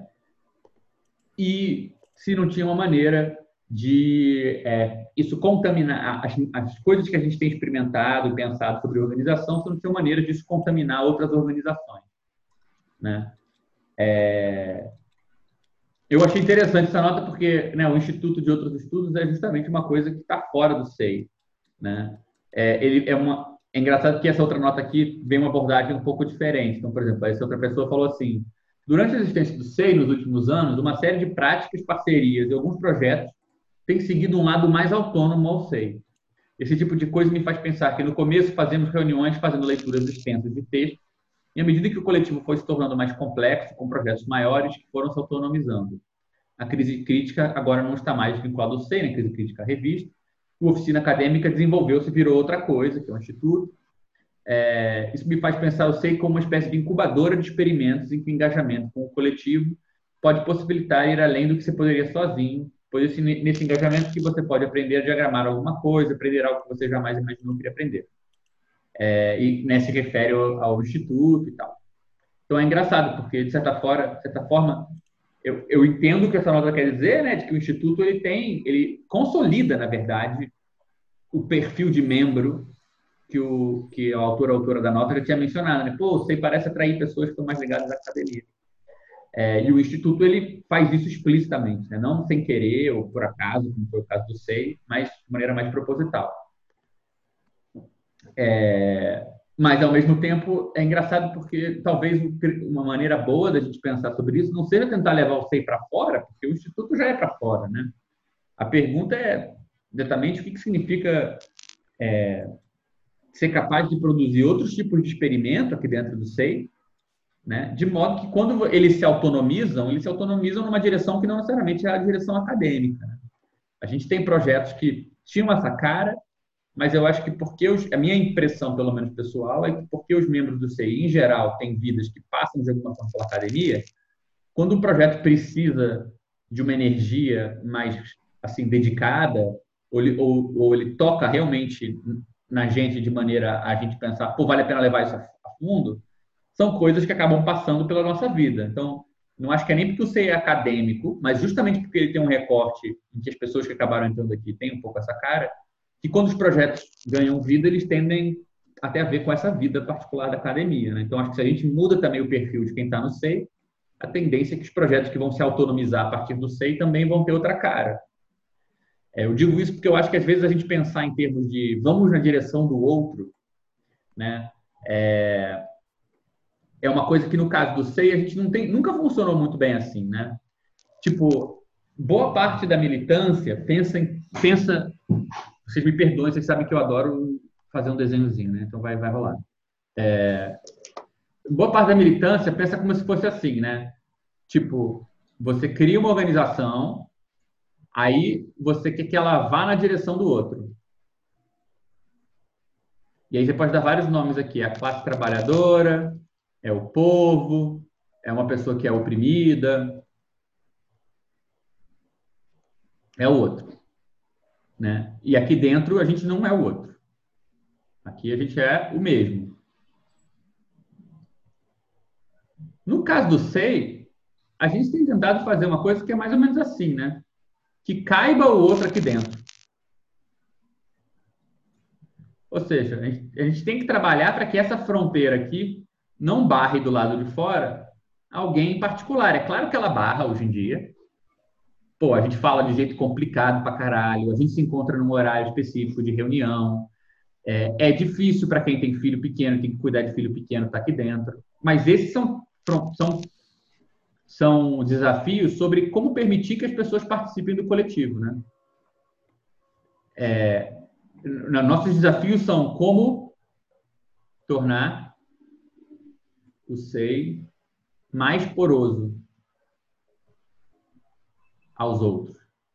e se não tinha uma maneira de é, isso contaminar as, as coisas que a gente tem experimentado e pensado sobre organização, se não tinha uma maneira disso contaminar outras organizações, né? É, eu achei interessante essa nota porque, né, o Instituto de Outros Estudos é justamente uma coisa que está fora do S E I, né? É, ele é uma é engraçado que essa outra nota aqui vem uma abordagem um pouco diferente. Então, por exemplo, essa outra pessoa falou assim: durante a existência do S E I, nos últimos anos, uma série de práticas, parcerias e alguns projetos têm seguido um lado mais autônomo ao S E I. Esse tipo de coisa me faz pensar que no começo fazemos reuniões fazendo leituras extensas de texto, e à medida que o coletivo foi se tornando mais complexo, com projetos maiores que foram se autonomizando. A crise crítica agora não está mais vinculada ao SEI, né? Crise crítica à revista. A oficina acadêmica desenvolveu-se e virou outra coisa, que é um instituto. É, isso me faz pensar o SEI como uma espécie de incubadora de experimentos em que o engajamento com o coletivo pode possibilitar ir além do que você poderia sozinho, pois esse, nesse engajamento que você pode aprender a diagramar alguma coisa, aprender algo que você jamais imaginou que iria aprender. É, e né, se refere ao, ao instituto e tal. Então é engraçado, porque de certa forma, de certa forma eu, eu entendo o que essa nota quer dizer, né, de que o instituto ele tem, ele consolida, na verdade, o perfil de membro que o que a autora, a autora da nota já tinha mencionado, né? Pô, o SEI parece atrair pessoas que estão mais ligadas à academia. É, e o instituto ele faz isso explicitamente, né? Não sem querer ou por acaso, como foi o caso do SEI, mas de maneira mais proposital. É, mas, ao mesmo tempo, é engraçado porque talvez uma maneira boa da gente pensar sobre isso não seja tentar levar o SEI para fora, porque o instituto já é para fora, né? A pergunta é exatamente o que, que significa é, ser capaz de produzir outros tipos de experimento aqui dentro do SEI, né? De modo que, quando eles se autonomizam, eles se autonomizam numa direção que não necessariamente é a direção acadêmica, né? A gente tem projetos que tinham essa cara, mas eu acho que porque os, a minha impressão, pelo menos pessoal, é que porque os membros do SEI, em geral, têm vidas que passam de alguma forma pela academia, quando um projeto precisa de uma energia mais assim dedicada, ou ele, ou, ou ele toca realmente na gente de maneira a gente pensar, pô, vale a pena levar isso a, a fundo, são coisas que acabam passando pela nossa vida. Então, não acho que é nem porque o SEI é acadêmico, mas justamente porque ele tem um recorte em que as pessoas que acabaram entrando aqui têm um pouco essa cara, que quando os projetos ganham vida, eles tendem até a ver com essa vida particular da academia, né? Então, acho que se a gente muda também o perfil de quem está no SEI, a tendência é que os projetos que vão se autonomizar a partir do SEI também vão ter outra cara. É, eu digo isso porque eu acho que às vezes a gente pensar em termos de vamos na direção do outro, né? É, é uma coisa que no caso do SEI a gente não tem, nunca funcionou muito bem assim, né? Tipo, boa parte da militância pensa em, pensa vocês me perdoem, vocês sabem que eu adoro fazer um desenhozinho, né? Então vai, vai rolar. É, boa parte da militância pensa como se fosse assim, né? Tipo, você cria uma organização, aí você quer que ela vá na direção do outro. E aí você pode dar vários nomes aqui. A classe trabalhadora, é o povo, é uma pessoa que é oprimida, é o outro. Né? E aqui dentro a gente não é o outro. Aqui a gente é o mesmo. No caso do SEI, a gente tem tentado fazer uma coisa que é mais ou menos assim, né? Que caiba o outro aqui dentro. Ou seja, a gente, a gente tem que trabalhar para que essa fronteira aqui não barre do lado de fora alguém em particular. É claro que ela barra hoje em dia. Pô, a gente fala de jeito complicado pra caralho, a gente se encontra num horário específico de reunião, é, é difícil para quem tem filho pequeno, tem que cuidar de filho pequeno, tá aqui dentro. Mas esses são, são, são desafios sobre como permitir que as pessoas participem do coletivo, né? É, nossos desafios são como tornar o SEI mais poroso aos outros.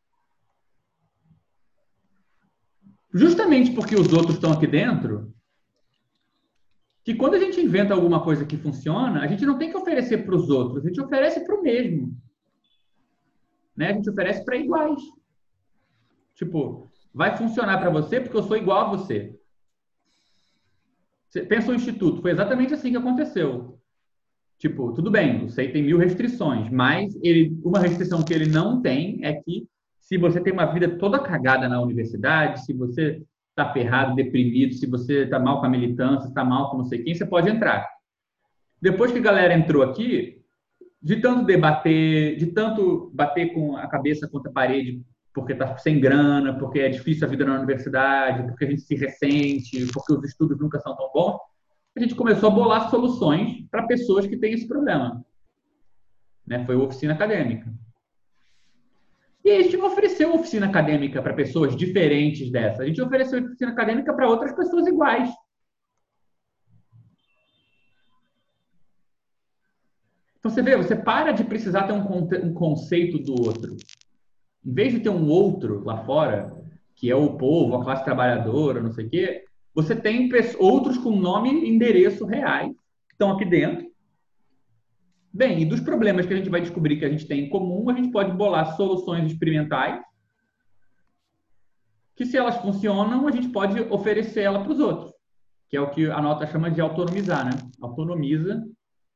Justamente porque os outros estão aqui dentro, que quando a gente inventa alguma coisa que funciona, a gente não tem que oferecer para os outros, a gente oferece para o mesmo. Né? A gente oferece para iguais. Tipo, vai funcionar para você porque eu sou igual a você. Você pensa o instituto, foi exatamente assim que aconteceu. Tipo, tudo bem, o SEI tem mil restrições, mas ele, uma restrição que ele não tem é que se você tem uma vida toda cagada na universidade, se você está ferrado, deprimido, se você está mal com a militância, está mal com não sei quem, você pode entrar. Depois que a galera entrou aqui, de tanto debater, de tanto bater com a cabeça contra a parede porque está sem grana, porque é difícil a vida na universidade, porque a gente se ressente, porque os estudos nunca são tão bons, a gente começou a bolar soluções para pessoas que têm esse problema. Né? Foi a oficina acadêmica. E E a gente não ofereceu oficina acadêmica para pessoas diferentes dessa. A gente ofereceu oficina acadêmica para outras pessoas iguais. Então, você vê, você para de precisar ter um, um conceito do outro. Em vez de ter um outro lá fora, que é o povo, a classe trabalhadora, não sei o quê, você tem outros com nome e endereço reais que estão aqui dentro. Bem, e dos problemas que a gente vai descobrir que a gente tem em comum, a gente pode bolar soluções experimentais que, se elas funcionam, a gente pode oferecer ela para os outros, que é o que a nota chama de autonomizar, né? Autonomiza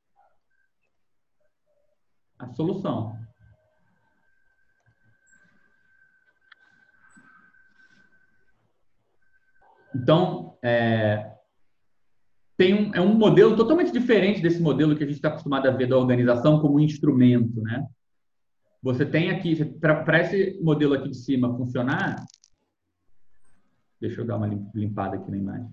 a solução. Então, é, tem um, é um modelo totalmente diferente desse modelo que a gente está acostumado a ver da organização como instrumento, né? Você tem aqui, para esse modelo aqui de cima funcionar, deixa eu dar uma limpada aqui na imagem.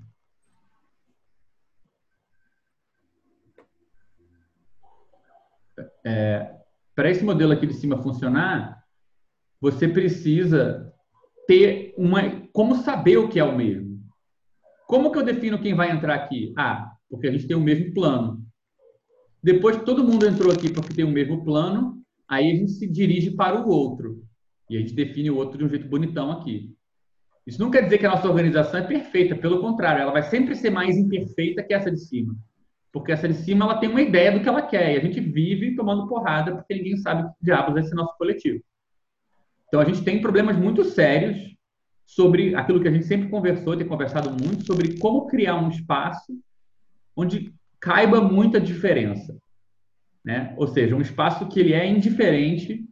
É, para esse modelo aqui de cima funcionar, você precisa ter uma... Como saber o que é o mesmo? Como que eu defino quem vai entrar aqui? Ah, porque a gente tem o mesmo plano. Depois que todo mundo entrou aqui porque tem o mesmo plano, aí a gente se dirige para o outro. E a gente define o outro de um jeito bonitão aqui. Isso não quer dizer que a nossa organização é perfeita. Pelo contrário, ela vai sempre ser mais imperfeita que essa de cima. Porque essa de cima ela tem uma ideia do que ela quer. E a gente vive tomando porrada porque ninguém sabe que diabos é esse nosso coletivo. Então, a gente tem problemas muito sérios sobre aquilo que a gente sempre conversou, tem conversado muito, sobre como criar um espaço onde caiba muita diferença, né? Ou seja, um espaço que ele é indiferente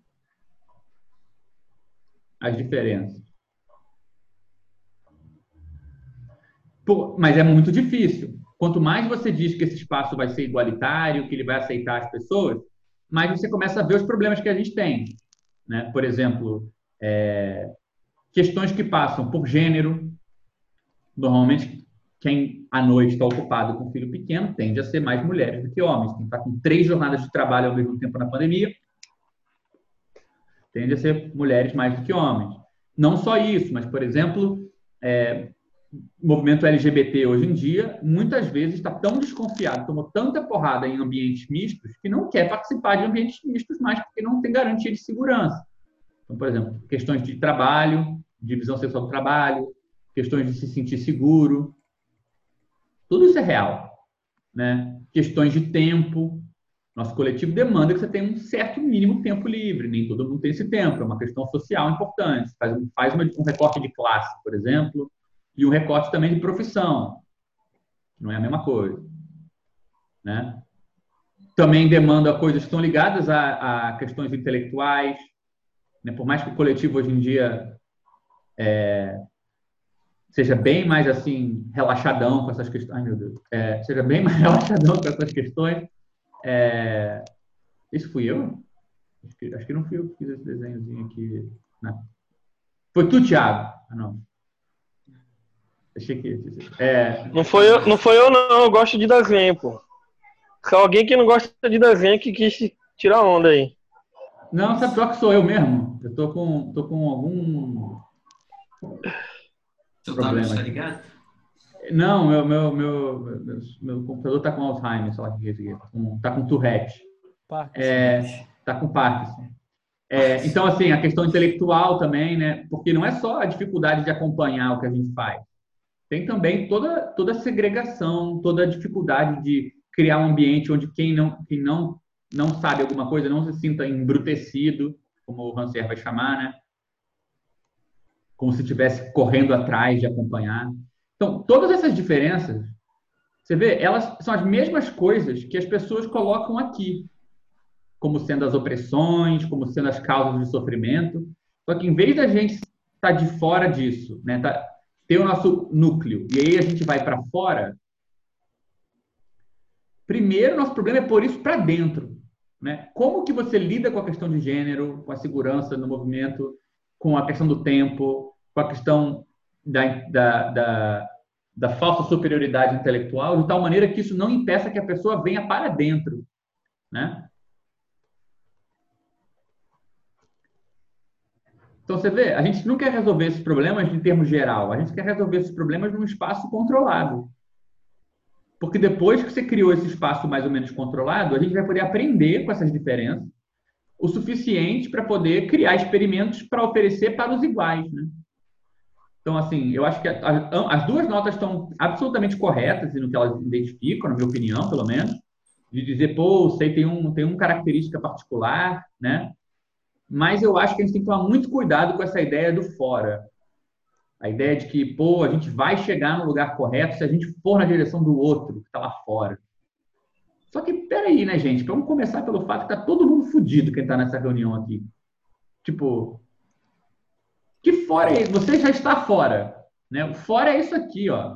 às diferenças. Pô, mas é muito difícil. Quanto mais você diz que esse espaço vai ser igualitário, que ele vai aceitar as pessoas, mais você começa a ver os problemas que a gente tem, né? Por exemplo, é, questões que passam por gênero. Normalmente, quem à noite está ocupado com filho pequeno tende a ser mais mulheres do que homens. Quem está com três jornadas de trabalho ao mesmo tempo na pandemia tende a ser mulheres mais do que homens. Não só isso, mas, por exemplo, é, o movimento L G B T hoje em dia, muitas vezes está tão desconfiado, tomou tanta porrada em ambientes mistos, que não quer participar de ambientes mistos mais, porque não tem garantia de segurança. Então, por exemplo, questões de trabalho, divisão sexual do trabalho, questões de se sentir seguro, tudo isso é real, né? Questões de tempo. Nosso coletivo demanda que você tenha um certo mínimo tempo livre, nem todo mundo tem esse tempo, é uma questão social importante. Faz, faz uma, um recorte de classe, por exemplo, e um recorte também de profissão, não é a mesma coisa, né? Também demanda coisas que estão ligadas a, a questões intelectuais, né? Por mais que o coletivo hoje em dia é, seja bem mais assim relaxadão com essas questões, ai meu Deus, é, seja bem mais relaxadão com essas questões. É, isso fui eu? Acho que, acho que não fui eu que fiz esse desenhozinho aqui. Não. Foi tu, Thiago? Ah, não. Achei que... É... Não foi eu, não foi eu, não. Eu gosto de desenho, pô. Se alguém que não gosta de desenho que quis tirar onda aí. Não, sabe pior que sou eu mesmo. Eu tô com, tô com algum Seu problema. tablet tá ligado? Não, meu, meu, meu, meu, meu computador tá com Alzheimer, sei lá o que é isso aqui. Tá com Tourette. Parkinson. É, tá com Parkinson. É, então, assim, a questão intelectual também, né? Porque não é só a dificuldade de acompanhar o que a gente faz. Tem também toda, toda a segregação, toda a dificuldade de criar um ambiente onde quem não, quem não, não sabe alguma coisa não se sinta embrutecido, como o Rancière vai chamar, né? Como se estivesse correndo atrás de acompanhar. Então, todas essas diferenças, você vê, elas são as mesmas coisas que as pessoas colocam aqui, como sendo as opressões, como sendo as causas de sofrimento. Só que, em vez da gente estar de fora disso, né, tá, ter o nosso núcleo, e aí a gente vai para fora, primeiro, nosso problema é pôr isso para dentro. Né? Como que você lida com a questão de gênero, com a segurança no movimento, com a questão do tempo, com a questão da, da, da, da falsa superioridade intelectual, de tal maneira que isso não impeça que a pessoa venha para dentro. Né? Então, você vê, a gente não quer resolver esses problemas em termos geral, a gente quer resolver esses problemas num espaço controlado. Porque depois que você criou esse espaço mais ou menos controlado, a gente vai poder aprender com essas diferenças o suficiente para poder criar experimentos para oferecer para os iguais, né? Então, assim, eu acho que a, a, as duas notas estão absolutamente corretas no que elas identificam, na minha opinião, pelo menos, de dizer, pô, sei, tem, um, tem uma característica particular, né? Mas eu acho que a gente tem que tomar muito cuidado com essa ideia do fora. A ideia de que, pô, a gente vai chegar no lugar correto se a gente for na direção do outro, que está lá fora. Só que, peraí, né, gente? Vamos começar pelo fato que tá todo mundo fudido quem está nessa reunião aqui. Tipo, que fora é isso? Você já está fora, né? O fora é isso aqui, ó.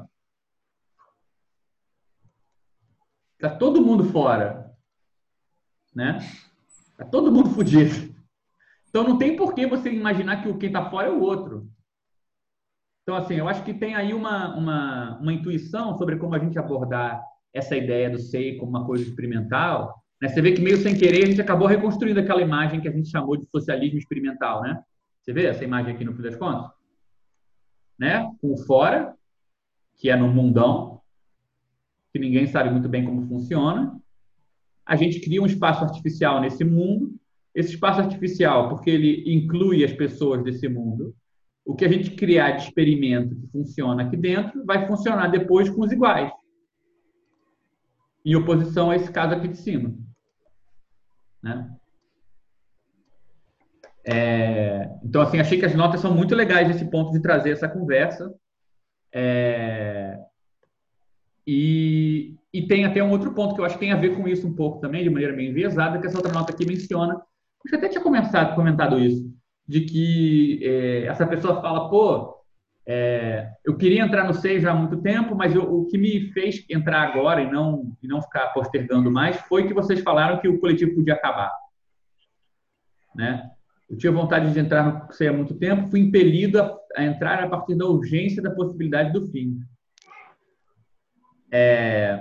Tá todo mundo fora, né? Tá todo mundo fudido. Então não tem por que você imaginar que o quem tá fora é o outro. Então, assim, eu acho que tem aí uma, uma, uma intuição sobre como a gente abordar essa ideia do sei como uma coisa experimental, né? Você vê que meio sem querer a gente acabou reconstruindo aquela imagem que a gente chamou de socialismo experimental, né? Você vê essa imagem aqui no fim das contas? Né? Com o fora, que é no mundão, que ninguém sabe muito bem como funciona. A gente cria um espaço artificial nesse mundo. Esse espaço artificial, porque ele inclui as pessoas desse mundo, o que a gente criar de experimento que funciona aqui dentro vai funcionar depois com os iguais. Em oposição a esse caso aqui de cima. Né? É, então, assim, achei que as notas são muito legais nesse ponto de trazer essa conversa. É, e, e tem até um outro ponto que eu acho que tem a ver com isso um pouco também, de maneira meio enviesada, que essa outra nota aqui menciona. Eu até tinha começado, comentado isso, de que é, essa pessoa fala, pô, é, eu queria entrar no SEI já há muito tempo, mas eu, o que me fez entrar agora e não, e não ficar postergando mais foi que vocês falaram que o coletivo podia acabar. Né? Eu tinha vontade de entrar no SEI há muito tempo, fui impelido a, a entrar a partir da urgência da possibilidade do fim. É,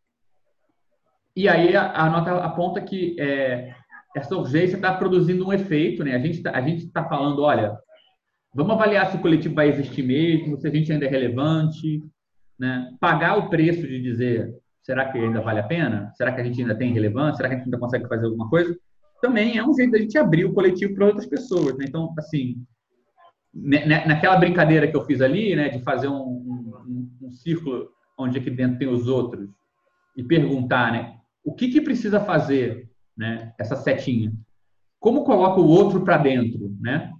e aí a, a nota aponta que é, essa urgência está produzindo um efeito, né? A gente está a gente tá falando, olha, vamos avaliar se o coletivo vai existir mesmo, se a gente ainda é relevante, né? Pagar o preço de dizer, será que ainda vale a pena? Será que a gente ainda tem relevância? Será que a gente ainda consegue fazer alguma coisa? Também é um jeito da gente abrir o coletivo para outras pessoas, né? Então, assim, naquela brincadeira que eu fiz ali, né, de fazer um, um, um círculo onde aqui dentro tem os outros e perguntar, né, o que que precisa fazer, né, essa setinha? Como coloca o outro para dentro, né?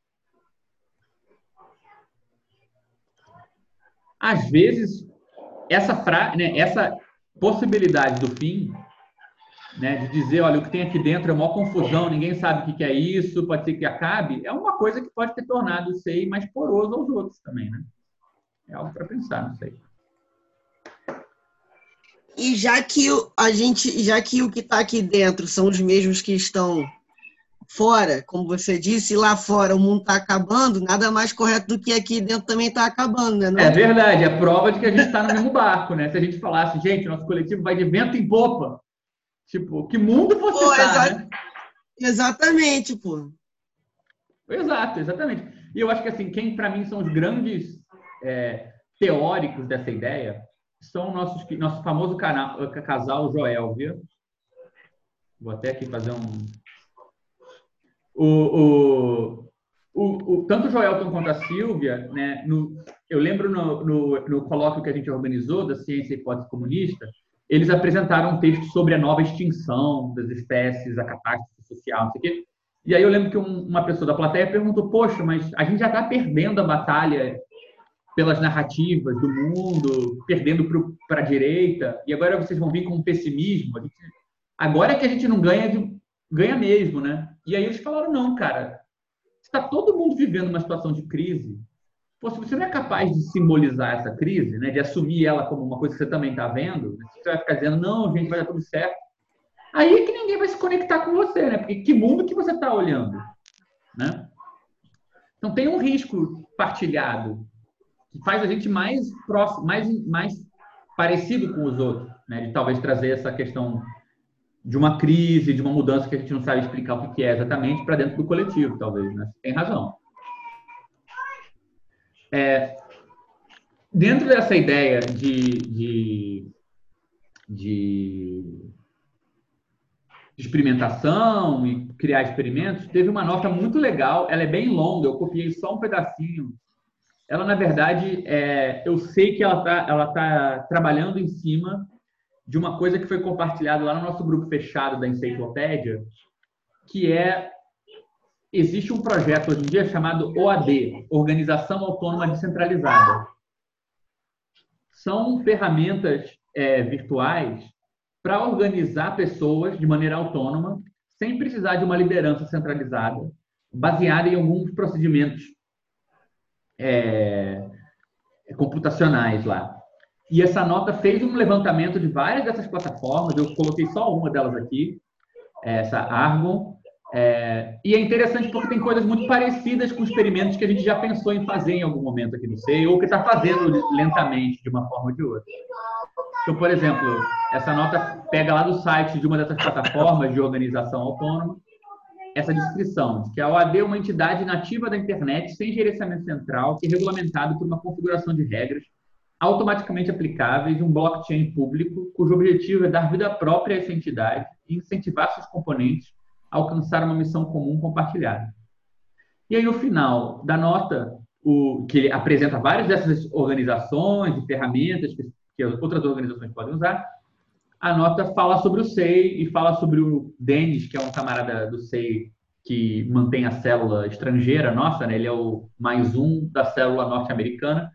Às vezes, essa, fra... né, essa possibilidade do fim, né, de dizer, olha, o que tem aqui dentro é uma confusão, ninguém sabe o que é isso, pode ser que acabe, é uma coisa que pode ter tornado o SEI mais poroso aos outros também, né? É algo para pensar, não sei. E já que a gente, já que o que está aqui dentro são os mesmos que estão fora, como você disse, lá fora o mundo está acabando, nada mais correto do que aqui dentro também está acabando, né? Não? É verdade, é prova de que a gente está no mesmo barco, né? Se a gente falasse, gente, nosso coletivo vai de vento em popa, tipo, que mundo você pô, está, exa né? Exatamente, pô. Exato, exatamente. E eu acho que, assim, quem para mim são os grandes é, teóricos dessa ideia são nossos, nosso famoso canal, casal Joelvia. Vou até aqui fazer um... O, o, o, o, tanto o Joelton quanto a Silvia, né, no, eu lembro no, no, no colóquio que a gente organizou da Ciência e Hipótese Comunista, eles apresentaram um texto sobre a nova extinção das espécies, a catástrofe social, não sei o quê. E aí eu lembro que um, uma pessoa da plateia perguntou, poxa, mas a gente já está perdendo a batalha pelas narrativas do mundo, perdendo para a direita, e agora vocês vão vir com um pessimismo. A gente, agora é que a gente não ganha, de, ganha mesmo, né? E aí eles falaram, não, cara, está todo mundo vivendo uma situação de crise. Pô, se você não é capaz de simbolizar essa crise, né, de assumir ela como uma coisa que você também está vendo, você vai ficar dizendo, não, gente, vai dar tudo certo. Aí é que ninguém vai se conectar com você, né? Porque que mundo que você está olhando, né? Então tem um risco partilhado que faz a gente mais próximo, mais, mais parecido com os outros, né? De talvez trazer essa questão de uma crise, de uma mudança que a gente não sabe explicar o que é exatamente para dentro do coletivo, talvez, né? Tem razão. É, dentro dessa ideia de, de, de experimentação e criar experimentos, teve uma nota muito legal, ela é bem longa, eu copiei só um pedacinho. Ela, na verdade, é, eu sei que ela está ela tá trabalhando em cima de uma coisa que foi compartilhada lá no nosso grupo fechado da Enciclopédia, que é, existe um projeto hoje em dia chamado O A D, Organização Autônoma Descentralizada. São ferramentas é, virtuais para organizar pessoas de maneira autônoma, sem precisar de uma liderança centralizada, baseada em alguns procedimentos é, computacionais lá. E essa nota fez um levantamento de várias dessas plataformas, eu coloquei só uma delas aqui, essa Argon, é, e é interessante porque tem coisas muito parecidas com experimentos que a gente já pensou em fazer em algum momento aqui no S E I, ou que está fazendo lentamente, de uma forma ou de outra. Então, por exemplo, essa nota pega lá do site de uma dessas plataformas de organização autônoma, essa descrição, de que a O A D é uma entidade nativa da internet sem gerenciamento central, que é regulamentado por uma configuração de regras automaticamente aplicáveis de um blockchain público, cujo objetivo é dar vida própria a essa entidade e incentivar seus componentes a alcançar uma missão comum compartilhada. E aí, no final da nota, o, que ele apresenta várias dessas organizações e ferramentas que, que outras organizações podem usar, a nota fala sobre o S E I e fala sobre o Denis, que é um camarada do S E I que mantém a célula estrangeira nossa, né? Ele é o mais um da célula norte-americana.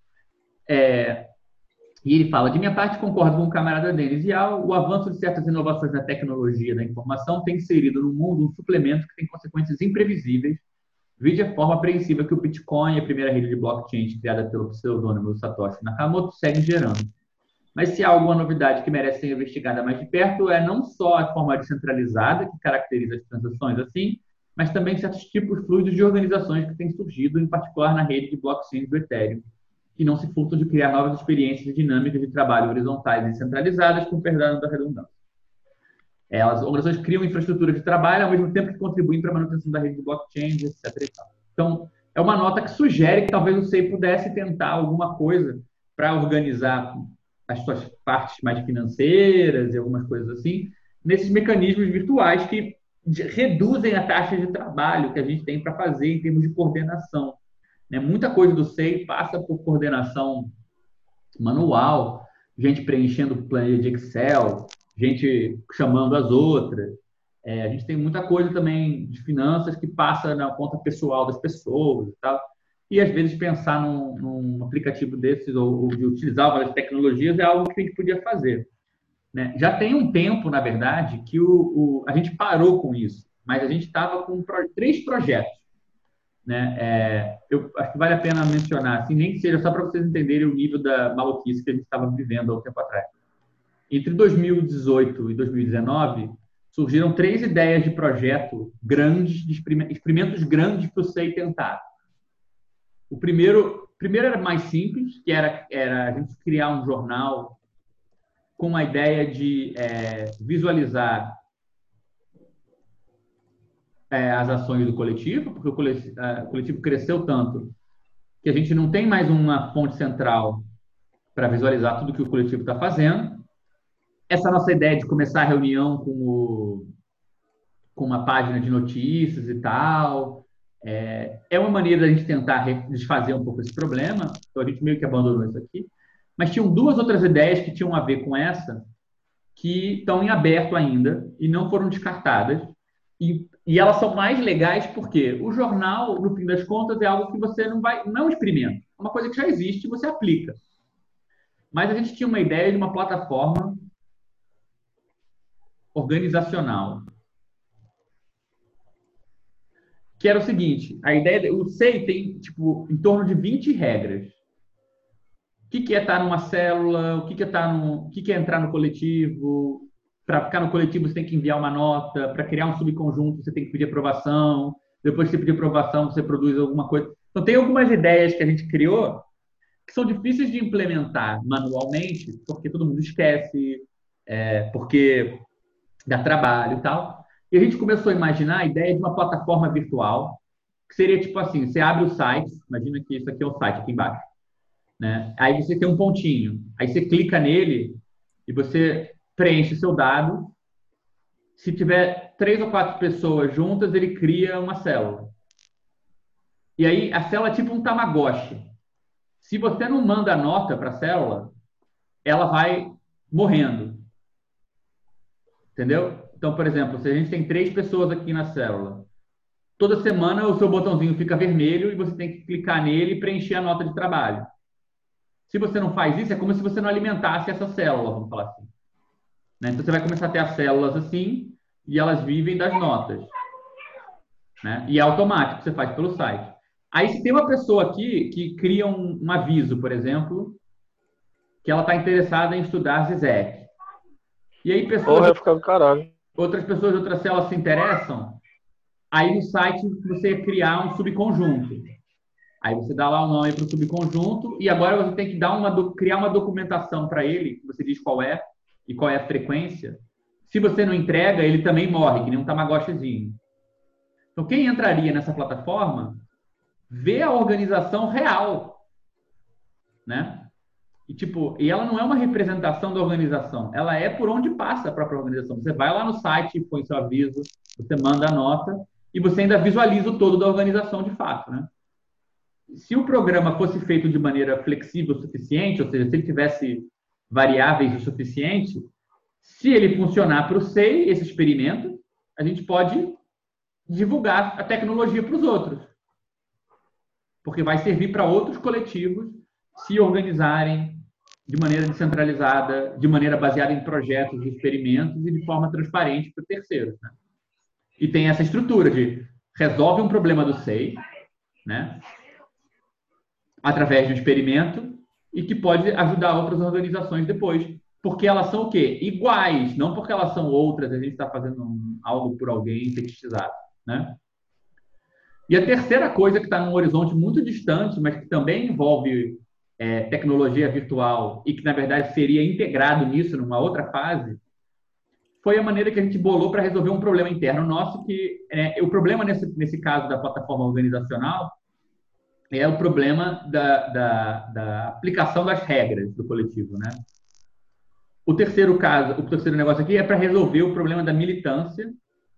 É, e ele fala, de minha parte, concordo com o camarada Denis Yao, o avanço de certas inovações na tecnologia da informação tem inserido no mundo um suplemento que tem consequências imprevisíveis, vide a forma apreensiva que o Bitcoin, a primeira rede de blockchain criada pelo pseudônimo Satoshi Nakamoto, segue gerando. Mas se há alguma novidade que merece ser investigada mais de perto, é não só a forma descentralizada que caracteriza as transações assim, mas também certos tipos fluidos de organizações que têm surgido, em particular na rede de blockchain do Ethereum, que não se furtam de criar novas experiências e dinâmicas de trabalho horizontais e centralizadas, com perdão da redundância. Elas, organizações criam infraestrutura de trabalho, ao mesmo tempo que contribuem para a manutenção da rede de blockchain, etcétera. Então, é uma nota que sugere que talvez o S E I pudesse tentar alguma coisa para organizar as suas partes mais financeiras e algumas coisas assim, nesses mecanismos virtuais que reduzem a taxa de trabalho que a gente tem para fazer em termos de coordenação. Né? Muita coisa do S E I passa por coordenação manual, gente preenchendo planilha de Excel, gente chamando as outras. É, a gente tem muita coisa também de finanças que passa na conta pessoal das pessoas e tal. E, às vezes, pensar num, num aplicativo desses ou, ou de utilizar várias tecnologias é algo que a gente podia fazer. Né? Já tem um tempo, na verdade, que o, o, a gente parou com isso, mas a gente estava com pro, três projetos. Né? É, eu acho que vale a pena mencionar, assim, nem que seja só para vocês entenderem o nível da maluquice que a gente estava vivendo há um tempo atrás. Entre dois mil e dezoito e dois mil e dezenove, surgiram três ideias de projeto grandes, de experimentos grandes para o S E I tentar. O primeiro, primeiro era mais simples, que era, era a gente criar um jornal com a ideia de é, visualizar é, as ações do coletivo, porque o coletivo, a, o coletivo cresceu tanto que a gente não tem mais uma fonte central para visualizar tudo que o coletivo está fazendo. Essa nossa ideia de começar a reunião com, o, com uma página de notícias e tal... É, é uma maneira da gente tentar desfazer um pouco esse problema, então a gente meio que abandonou isso aqui, mas tinham duas outras ideias que tinham a ver com essa, que estão em aberto ainda e não foram descartadas, e, e elas são mais legais porque o jornal, no fim das contas, é algo que você não vai, não experimenta, é uma coisa que já existe e você aplica. Mas a gente tinha uma ideia de uma plataforma organizacional, que era o seguinte, a ideia, o S E I tem, tipo, em torno de vinte regras. O que é estar numa célula, o que é, estar no, o que é entrar no coletivo, para ficar no coletivo você tem que enviar uma nota, para criar um subconjunto você tem que pedir aprovação, depois que você pedir aprovação você produz alguma coisa. Então tem algumas ideias que a gente criou que são difíceis de implementar manualmente, porque todo mundo esquece, é, porque dá trabalho e tal. E a gente começou a imaginar a ideia de uma plataforma virtual que seria tipo assim, você abre o site, imagina que isso aqui é o site, aqui embaixo, né? Aí você tem um pontinho, aí você clica nele e você preenche seu dado. Se tiver três ou quatro pessoas juntas, ele cria uma célula. E aí a célula é tipo um Tamagotchi. Se você não manda a nota para a célula, ela vai morrendo. Entendeu? Então, por exemplo, se a gente tem três pessoas aqui na célula, toda semana o seu botãozinho fica vermelho e você tem que clicar nele e preencher a nota de trabalho. Se você não faz isso, é como se você não alimentasse essa célula, vamos falar assim. Né? Então, você vai começar a ter as células assim e elas vivem das notas. Né? E é automático, você faz pelo site. Aí, se tem uma pessoa aqui que cria um, um aviso, por exemplo, que ela está interessada em estudar Zizek. E aí, pessoas, Porra, ficar do caralho. outras pessoas de outras células se interessam, aí no site você ia criar um subconjunto. Aí você dá lá o nome para o subconjunto e agora você tem que dar uma, criar uma documentação para ele, que você diz qual é e qual é a frequência. Se você não entrega, ele também morre, que nem um Tamagotchizinho. Então, quem entraria nessa plataforma vê a organização real, né? E, tipo, e ela não é uma representação da organização, ela é por onde passa a própria organização. Você vai lá no site, põe seu aviso, você manda a nota e você ainda visualiza o todo da organização de fato, né? Se o programa fosse feito de maneira flexível o suficiente, ou seja, se ele tivesse variáveis o suficiente, se ele funcionar para o S E I, esse experimento, a gente pode divulgar a tecnologia para os outros. Porque vai servir para outros coletivos se organizarem de maneira descentralizada, de maneira baseada em projetos de experimentos e de forma transparente para terceiros. Né? E tem essa estrutura de resolve um problema do S E I, né? Através de um experimento e que pode ajudar outras organizações depois. Porque elas são o quê? Iguais, não porque elas são outras, a gente está fazendo um, algo por alguém fetichizado. Né? E a terceira coisa que está num horizonte muito distante, mas que também envolve é, tecnologia virtual e que, na verdade, seria integrado nisso numa outra fase, foi a maneira que a gente bolou para resolver um problema interno nosso, que é, o problema nesse, nesse caso da plataforma organizacional é o problema da, da, da aplicação das regras do coletivo. Né? O terceiro caso, o terceiro negócio aqui é para resolver o problema da militância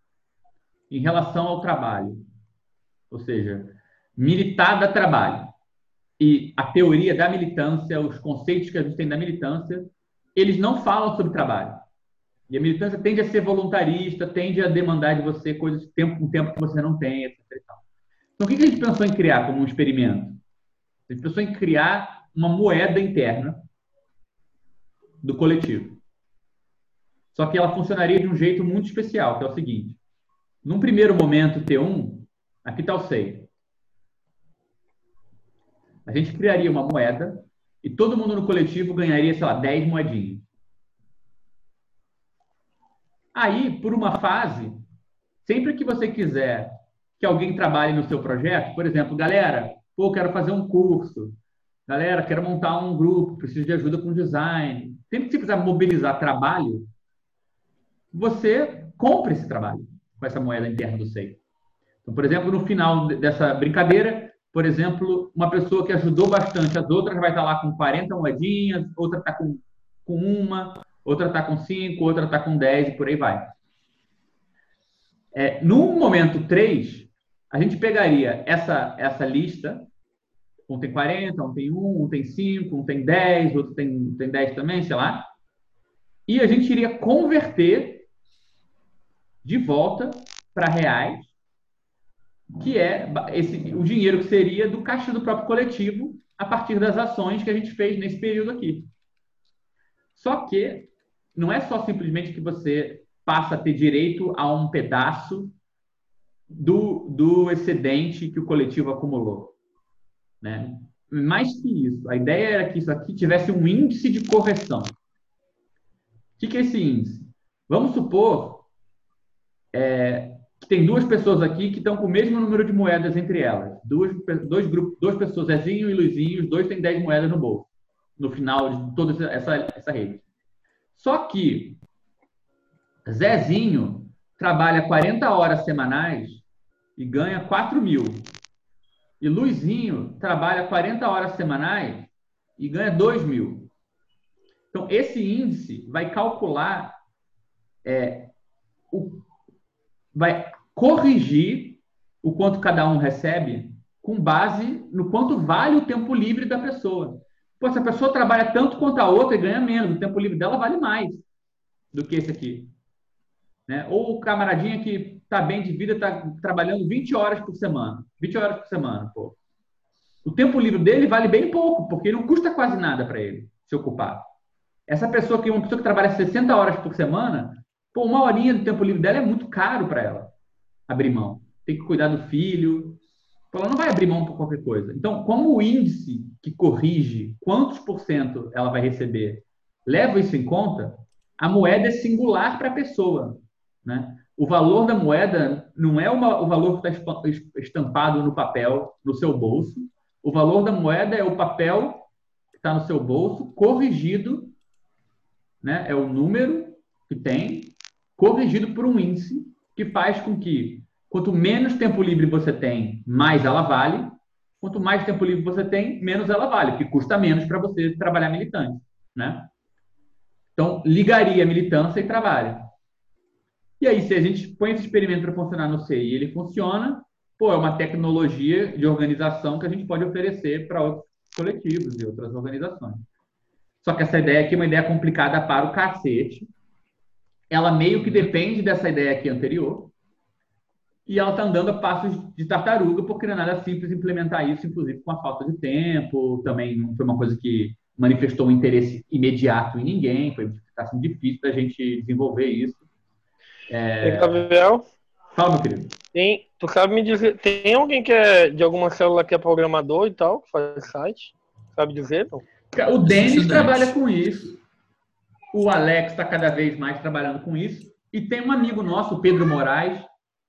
em relação ao trabalho. Ou seja, militar dá trabalho. E a teoria da militância, os conceitos que a gente tem da militância, eles não falam sobre trabalho. E a militância tende a ser voluntarista, tende a demandar de você coisas de tempo, um tempo que você não tem, etcétera. Então, o que a gente pensou em criar como um experimento? A gente pensou em criar uma moeda interna do coletivo. Só que ela funcionaria de um jeito muito especial, que é o seguinte. Num primeiro momento, T um, aqui está o S E I. A gente criaria uma moeda e todo mundo no coletivo ganharia, sei lá, dez moedinhas. Aí, por uma fase, sempre que você quiser que alguém trabalhe no seu projeto, por exemplo, galera, pô, quero fazer um curso, galera, quero montar um grupo, preciso de ajuda com design. Sempre que você quiser mobilizar trabalho, você compra esse trabalho com essa moeda interna do S E I. Então, por exemplo, no final dessa brincadeira, por exemplo, uma pessoa que ajudou bastante as outras vai estar lá com quarenta moedinhas, outra está com, com uma, outra está com cinco, outra está com dez e por aí vai. É, no momento três, a gente pegaria essa, essa lista, um tem quarenta, um tem um, um tem cinco, um tem dez, outro tem, tem dez também, sei lá, e a gente iria converter de volta para reais, que é esse, o dinheiro que seria do caixa do próprio coletivo a partir das ações que a gente fez nesse período aqui. Só que não é só simplesmente que você passa a ter direito a um pedaço do, do excedente que o coletivo acumulou. Né? Mais que isso, a ideia era que isso aqui tivesse um índice de correção. O que, que é esse índice? Vamos supor é, que tem duas pessoas aqui que estão com o mesmo número de moedas entre elas. Duas, dois grupos, duas pessoas, Zezinho e Luizinho, os dois têm dez moedas no bolso, no final de toda essa, essa rede. Só que Zezinho trabalha quarenta horas semanais e ganha quatro mil. E Luizinho trabalha quarenta horas semanais e ganha dois mil. Então, esse índice vai calcular, é, o, vai corrigir o quanto cada um recebe com base no quanto vale o tempo livre da pessoa. Pô, se a pessoa trabalha tanto quanto a outra e ganha menos, o tempo livre dela vale mais do que esse aqui. Né? Ou o camaradinha que está bem de vida, está trabalhando vinte horas por semana. vinte horas por semana, pô. O tempo livre dele vale bem pouco, porque não custa quase nada para ele se ocupar. Essa pessoa que uma pessoa que trabalha sessenta horas por semana, pô, uma horinha do tempo livre dela é muito caro para ela abrir mão. Tem que cuidar do filho. Pô, ela não vai abrir mão por qualquer coisa. Então, como o índice que corrige quantos por cento ela vai receber leva isso em conta, a moeda é singular para a pessoa. Né? O valor da moeda não é uma, o valor que está estampado no papel, no seu bolso. O valor da moeda é o papel que está no seu bolso, corrigido, né? É o número que tem, corrigido por um índice que faz com que, quanto menos tempo livre você tem, mais ela vale. Quanto mais tempo livre você tem, menos ela vale, porque custa menos para você trabalhar militante. Né? Então, ligaria militância e trabalho. E aí, se a gente põe esse experimento para funcionar no C I e ele funciona, pô, é uma tecnologia de organização que a gente pode oferecer para outros coletivos e outras organizações. Só que essa ideia aqui é uma ideia complicada para o cacete. Ela meio que depende dessa ideia aqui anterior. E ela está andando a passos de tartaruga, porque não é nada simples implementar isso, inclusive com a falta de tempo. Também não foi uma coisa que manifestou um interesse imediato em ninguém. Foi tá sendo difícil da gente desenvolver isso. É... Gabriel? Fala, meu querido. Tem, tu sabe me dizer, tem alguém que é de alguma célula que é programador e tal, que faz site? Sabe dizer, não? O Denis trabalha com isso. O Alex está cada vez mais trabalhando com isso. E tem um amigo nosso, o Pedro Moraes,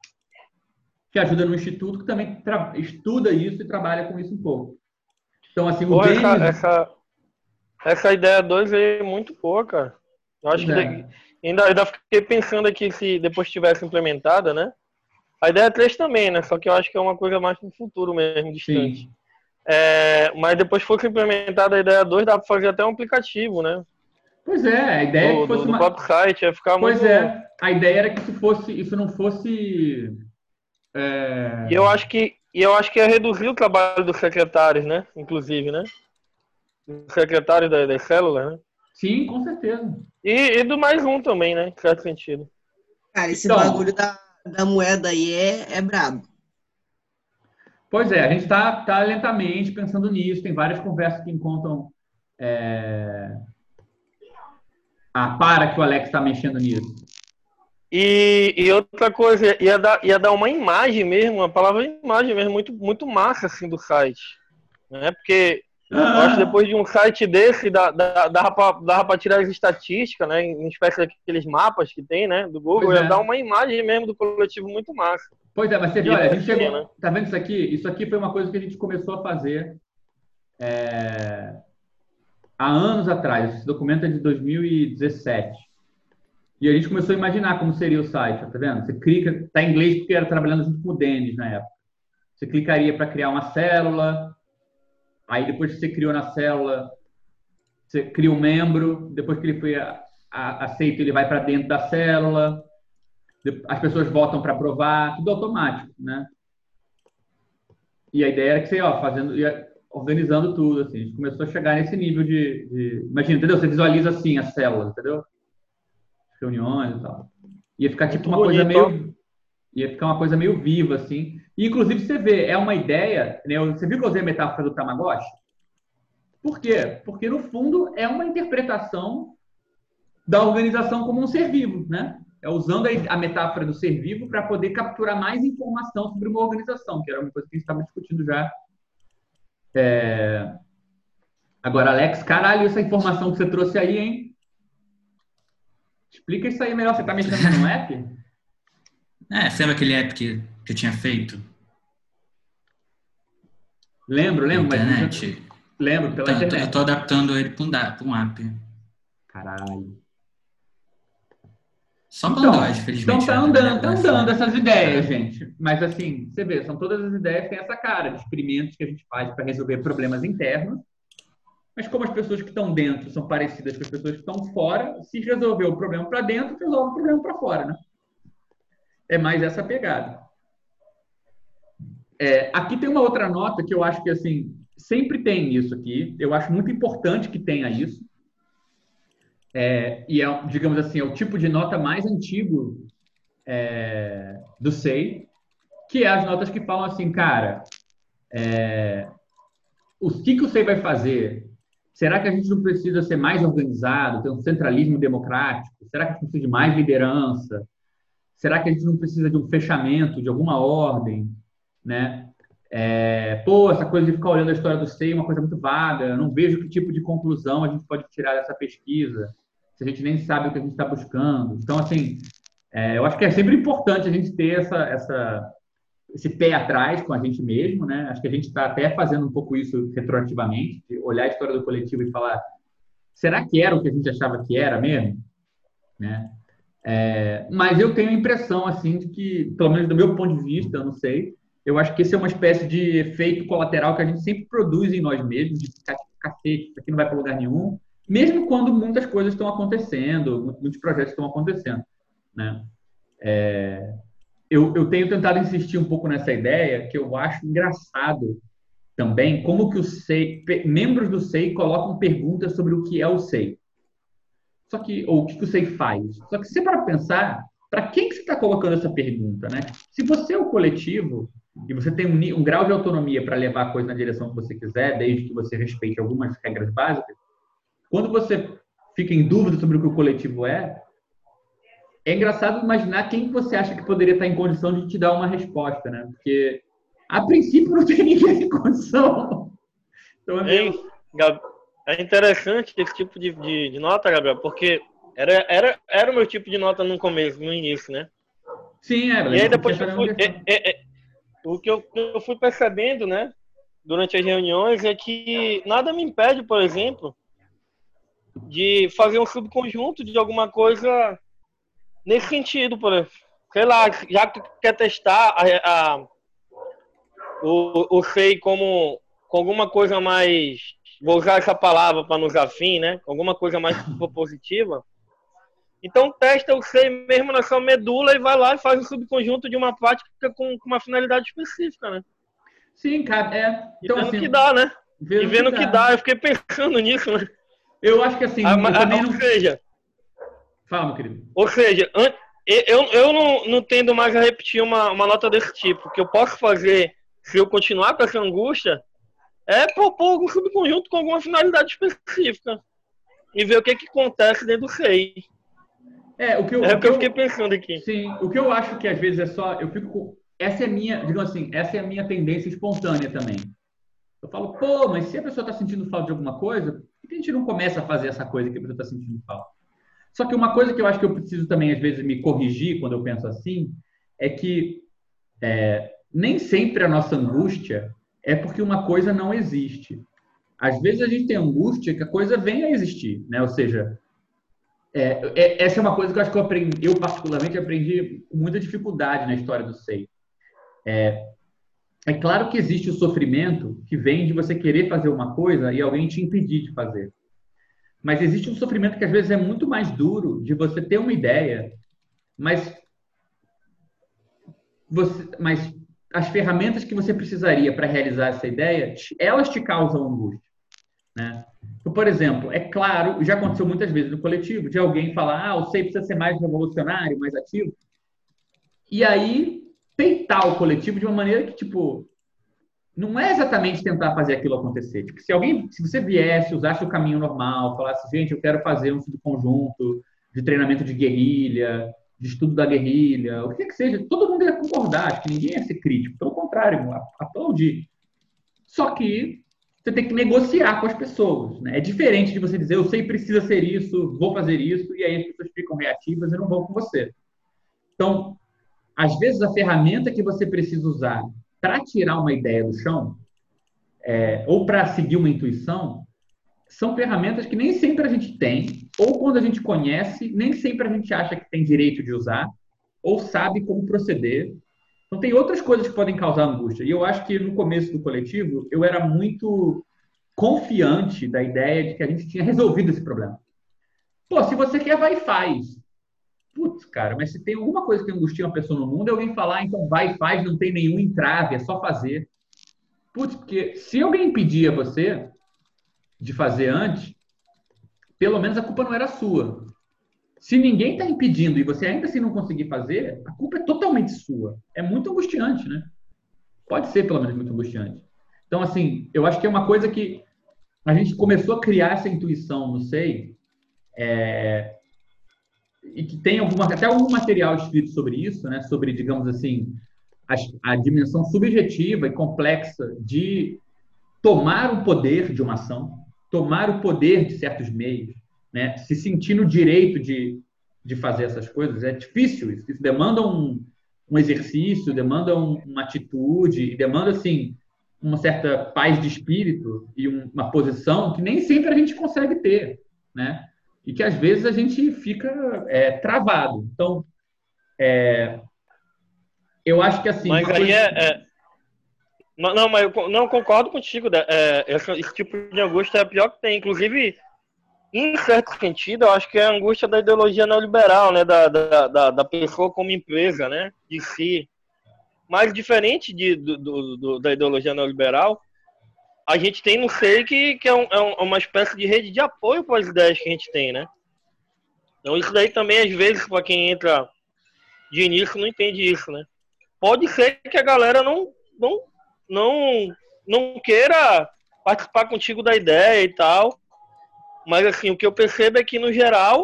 que ajuda no Instituto, que também estuda isso e trabalha com isso um pouco. Então, assim, o Pô, Denis... essa, essa, essa ideia dois é muito boa, cara. Eu acho Pois que é. ainda, ainda fiquei pensando aqui se depois tivesse implementada, né? A ideia três também, né? Só que eu acho que é uma coisa mais pro futuro mesmo, distante. Sim. É, mas depois fosse implementada a ideia dois, dá para fazer até um aplicativo, né? Pois é, a ideia é Do, que fosse do, do uma... próprio site, ia ficar Pois muito... é, a ideia era que isso, fosse, isso não fosse... É... E eu acho que e eu acho que ia reduzir o trabalho dos secretários, né? Inclusive, né? Dos secretários das, das células, né? Sim, com certeza. E, e do mais um também, né? Em certo sentido. Cara, esse Então, bagulho da, da moeda aí é, é brabo. Pois é, a gente está tá lentamente pensando nisso. Tem várias conversas que encontram é... a para que o Alex está mexendo nisso. E, e outra coisa, ia dar, ia dar uma imagem mesmo, uma palavra imagem mesmo, muito, muito massa, assim, do site. Né? Porque eu acho que depois de um site desse, dá, dá, dá para tirar as estatísticas, né? Em espécie daqueles mapas que tem, né? Do Google, Pois ia é. dar uma imagem mesmo do coletivo muito massa. Pois é, mas você viu, olha, a gente chegou... Né? Tá vendo isso aqui? Isso aqui foi uma coisa que a gente começou a fazer é... há anos atrás. Esse documento é de dois mil e dezessete. E a gente começou a imaginar como seria o site, tá vendo? Você clica, tá em inglês porque era trabalhando junto com o Denis na época. Você clicaria para criar uma célula, aí depois que você criou na célula, você cria um membro, depois que ele foi a, a, aceito, ele vai para dentro da célula, as pessoas votam para aprovar, tudo automático, né? E a ideia era que você, ó, fazendo, ia organizando tudo, assim. A gente começou a chegar nesse nível de, de... Imagina, entendeu? Você visualiza assim as células, entendeu? Reuniões e tal. Ia ficar tipo Muito uma coisa bonito, meio... Ia ficar uma coisa meio viva, assim. E, inclusive, você vê, é uma ideia... Né? Você viu que eu usei a metáfora do Tamagotchi? Por quê? Porque, no fundo, é uma interpretação da organização como um ser vivo, né? É usando a metáfora do ser vivo para poder capturar mais informação sobre uma organização, que era uma coisa que a gente estava discutindo já. É... Agora, Alex, caralho, essa informação que você trouxe aí, hein? Explica isso aí melhor. Você está mexendo no app? É, você lembra aquele app que, que eu tinha feito? Lembro, lembro. Internet. Mas... Lembro, pela então, internet. Eu estou adaptando ele para um, um app. Caralho. Só pra Então, andar, infelizmente. então tá né? andando, tá Mas, andando essas ideias, é. gente. Mas assim, você vê, são todas as ideias que têm essa cara de experimentos que a gente faz para resolver problemas internos. Mas como as pessoas que estão dentro são parecidas com as pessoas que estão fora, se resolver o problema para dentro, resolve o problema para fora, né? É mais essa pegada. É, aqui tem uma outra nota que eu acho que, assim, sempre tem isso aqui. Eu acho muito importante que tenha isso. É, e é, digamos assim, é o tipo de nota mais antigo é, do S E I, que é as notas que falam assim, cara, é, o que, que o S E I vai fazer? Será que a gente não precisa ser mais organizado, ter um centralismo democrático? Será que a gente precisa de mais liderança? Será que a gente não precisa de um fechamento, de alguma ordem? Né? É, pô, essa coisa de ficar olhando a história do S E I é uma coisa muito vaga, eu não vejo que tipo de conclusão a gente pode tirar dessa pesquisa, se a gente nem sabe o que a gente está buscando. Então, assim, é, eu acho que é sempre importante a gente ter essa, essa, esse pé atrás com a gente mesmo, né? Acho que a gente está até fazendo um pouco isso retroativamente, de olhar a história do coletivo e falar, será que era o que a gente achava que era mesmo? Né? É, mas eu tenho a impressão, assim, de que, pelo menos do meu ponto de vista, eu não sei, eu acho que esse é uma espécie de efeito colateral que a gente sempre produz em nós mesmos, de ficar tipo, cacete, isso aqui não vai para lugar nenhum, mesmo quando muitas coisas estão acontecendo, muitos projetos estão acontecendo, né? É, eu, eu tenho tentado insistir um pouco nessa ideia, que eu acho engraçado também, como que o S E I, membros do S E I colocam perguntas sobre o que é o S E I. Só que, ou o que o S E I faz. Só que se você para pensar, para quem que você está colocando essa pergunta, né? Se você é o coletivo e você tem um, um grau de autonomia para levar a coisa na direção que você quiser, desde que você respeite algumas regras básicas, quando você fica em dúvida sobre o que o coletivo é, é engraçado imaginar quem você acha que poderia estar em condição de te dar uma resposta, né? Porque, a princípio, não tem ninguém em condição. Então, é meio... É interessante esse tipo de, de, de nota, Gabriel, porque era, era, era o meu tipo de nota no começo, no início, né? Sim, é. E aí depois que eu fui, é, é, é, o que eu, eu fui percebendo, né, durante as reuniões, é que nada me impede, por exemplo, de fazer um subconjunto de alguma coisa nesse sentido, por exemplo. Sei lá, já que tu quer testar a, a, o, o S E I como, com alguma coisa mais... Vou usar essa palavra para não usar fim, né? Alguma coisa mais propositiva. Então, testa o S E I mesmo na sua medula e vai lá e faz um subconjunto de uma prática com, com uma finalidade específica, né? Sim, cara, é. Então, e vendo assim, que dá, né? Vendo e vendo que dá. que dá. Eu fiquei pensando nisso, né? Eu acho que assim, ah, eu mas, também ou não... seja... Fala, meu querido. Ou seja, eu, eu não, não tendo mais a repetir uma, uma nota desse tipo. O que eu posso fazer, se eu continuar com essa angústia, é propor algum subconjunto com alguma finalidade específica e ver o que, que acontece dentro do S E I. É, o que eu, é o que eu fiquei pensando aqui. Sim, o que eu acho que às vezes é só... Eu fico com... Essa é minha, digamos assim, essa é a minha tendência espontânea também. Eu falo, pô, mas se a pessoa está sentindo falta de alguma coisa, por que a gente não começa a fazer essa coisa que a pessoa está sentindo falta? Só que uma coisa que eu acho que eu preciso também, às vezes, me corrigir quando eu penso assim, é que é, nem sempre a nossa angústia é porque uma coisa não existe. Às vezes a gente tem angústia que a coisa venha a existir, né? Ou seja, é, é, essa é uma coisa que eu acho que eu aprendi, eu particularmente aprendi com muita dificuldade na história do S E I. É, é claro que existe o sofrimento que vem de você querer fazer uma coisa e alguém te impedir de fazer. Mas existe um sofrimento que às vezes é muito mais duro de você ter uma ideia, mas, você, mas as ferramentas que você precisaria para realizar essa ideia, elas te causam angústia. Né? Então, por exemplo, é claro, já aconteceu muitas vezes no coletivo, de alguém falar, ah, o S E I precisa ser mais revolucionário, mais ativo. E aí, peitar o coletivo de uma maneira que, tipo, não é exatamente tentar fazer aquilo acontecer. Tipo, se alguém, se você viesse, usasse o caminho normal, falasse, gente, eu quero fazer um subconjunto de treinamento de guerrilha, de estudo da guerrilha, o que que seja, todo mundo ia concordar, acho que ninguém ia ser crítico, pelo contrário, aplaudir. Só que você tem que negociar com as pessoas, né? É diferente de você dizer, eu sei, precisa ser isso, vou fazer isso, e aí as pessoas ficam reativas e não vão com você. Então, às vezes, a ferramenta que você precisa usar para tirar uma ideia do chão, é, ou para seguir uma intuição, são ferramentas que nem sempre a gente tem, ou quando a gente conhece, nem sempre a gente acha que tem direito de usar, ou sabe como proceder. Então, tem outras coisas que podem causar angústia. E eu acho que no começo do coletivo, eu era muito confiante da ideia de que a gente tinha resolvido esse problema. Pô, se você quer, vai e faz. Putz, cara, mas se tem alguma coisa que angustia uma pessoa no mundo, é alguém falar, então vai e faz, não tem nenhum entrave, é só fazer. Putz, porque se alguém impedia você de fazer antes, pelo menos a culpa não era sua. Se ninguém está impedindo e você ainda assim não conseguir fazer, a culpa é totalmente sua. É muito angustiante, né? Pode ser, pelo menos, muito angustiante. Então, assim, eu acho que é uma coisa que a gente começou a criar essa intuição, não sei, é... e que tem alguma, até algum material escrito sobre isso, né? Sobre, digamos assim, a, a dimensão subjetiva e complexa de tomar o poder de uma ação, tomar o poder de certos meios, né? Se sentir no direito de, de fazer essas coisas. É difícil isso. Isso demanda um, um exercício, demanda um, uma atitude, demanda, assim, uma certa paz de espírito e um, uma posição que nem sempre a gente consegue ter, né? E que, às vezes, a gente fica é, travado. Então, é, eu acho que, assim... Mas aí coisa... é... é... Não, não, mas eu não concordo contigo. Né? É, esse, esse tipo de angústia é a pior que tem. Inclusive, em certo sentido, eu acho que é a angústia da ideologia neoliberal, né? Da, da, da, da pessoa como empresa, né? De si. Mas diferente de, do, do, do, da ideologia neoliberal, a gente tem no SEI que, que é, um, é uma espécie de rede de apoio para as ideias que a gente tem, né? Então isso daí também, às vezes, para quem entra de início, não entende isso, né? Pode ser que a galera não, não, não, não queira participar contigo da ideia e tal, mas assim, o que eu percebo é que, no geral,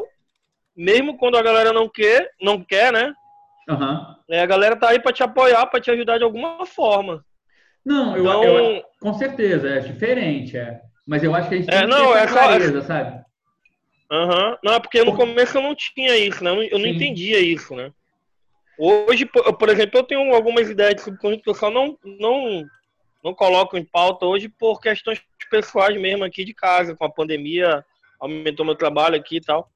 mesmo quando a galera não quer, não quer, né? Uhum. É, a galera tá aí para te apoiar, para te ajudar de alguma forma. Não, então, eu, eu, com certeza, é diferente, é. Mas eu acho que a gente tem é, que não, ter essa é clareza, só, sabe? Uhum. Não, é porque no começo eu não tinha isso, né? Eu não, eu não entendia isso, né? Hoje, por, por exemplo, eu tenho algumas ideias de subconjunto que eu só não, não, não coloco em pauta hoje por questões pessoais mesmo aqui de casa, com a pandemia, aumentou meu trabalho aqui e tal.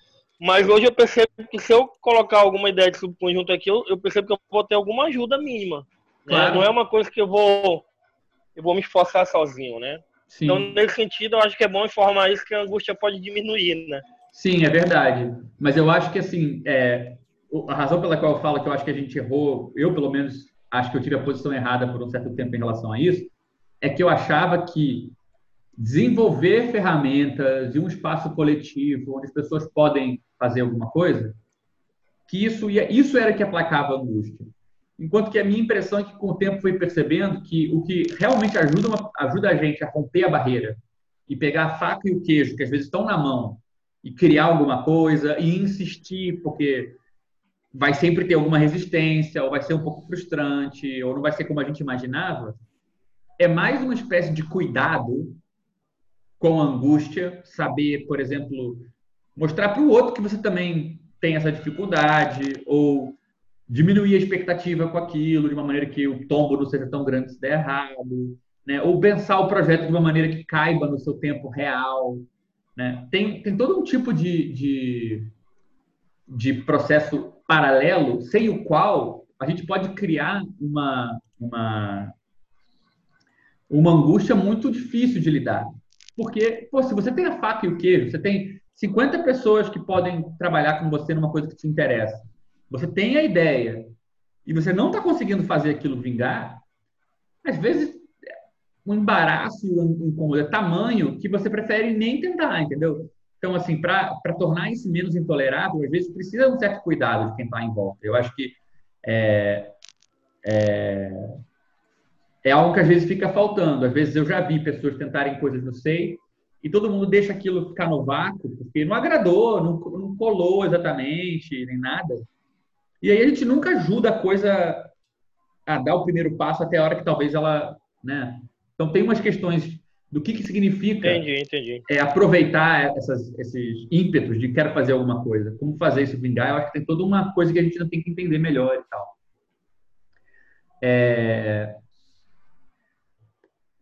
Mas hoje eu percebo que se eu colocar alguma ideia de subconjunto aqui, eu, eu percebo que eu vou ter alguma ajuda mínima. Né? Claro. Não é uma coisa que eu vou, eu vou me esforçar sozinho, né? Sim. Então, nesse sentido, eu acho que é bom informar isso, que a angústia pode diminuir, né? Sim, é verdade. Mas eu acho que, assim, é, a razão pela qual eu falo que eu acho que a gente errou, eu, pelo menos, acho que eu tive a posição errada por um certo tempo em relação a isso, é que eu achava que desenvolver ferramentas e um espaço coletivo onde as pessoas podem fazer alguma coisa, que isso, ia, isso era que aplacava a angústia. Enquanto que a minha impressão é que, com o tempo, fui percebendo que o que realmente ajuda, uma, ajuda a gente a romper a barreira e pegar a faca e o queijo, que às vezes estão na mão, e criar alguma coisa e insistir, porque vai sempre ter alguma resistência, ou vai ser um pouco frustrante, ou não vai ser como a gente imaginava, é mais uma espécie de cuidado com a angústia, saber, por exemplo, mostrar para o outro que você também tem essa dificuldade, ou diminuir a expectativa com aquilo, de uma maneira que o tombo não seja tão grande se der errado, né? Ou pensar o projeto de uma maneira que caiba no seu tempo real. Né? Tem, tem todo um tipo de, de, de processo paralelo, sem o qual a gente pode criar uma, uma, uma angústia muito difícil de lidar. Porque, pô, se você tem a faca e o queijo, você tem cinquenta pessoas que podem trabalhar com você numa coisa que te interessa, você tem a ideia e você não está conseguindo fazer aquilo vingar, às vezes um embaraço e um incômodo é tamanho que você prefere nem tentar, entendeu? Então, assim, para tornar isso menos intolerável, às vezes precisa de um certo cuidado de quem está em volta. Eu acho que é, é, é algo que às vezes fica faltando. Às vezes eu já vi pessoas tentarem coisas no SEI e todo mundo deixa aquilo ficar no vácuo, porque não agradou, não, não colou exatamente, nem nada. E aí a gente nunca ajuda a coisa a dar o primeiro passo até a hora que talvez ela... Né? Então, tem umas questões do que, que significa entendi, entendi. É, aproveitar essas, esses ímpetos de quero fazer alguma coisa. Como fazer isso vingar, eu acho que tem toda uma coisa que a gente ainda tem que entender melhor e tal. É,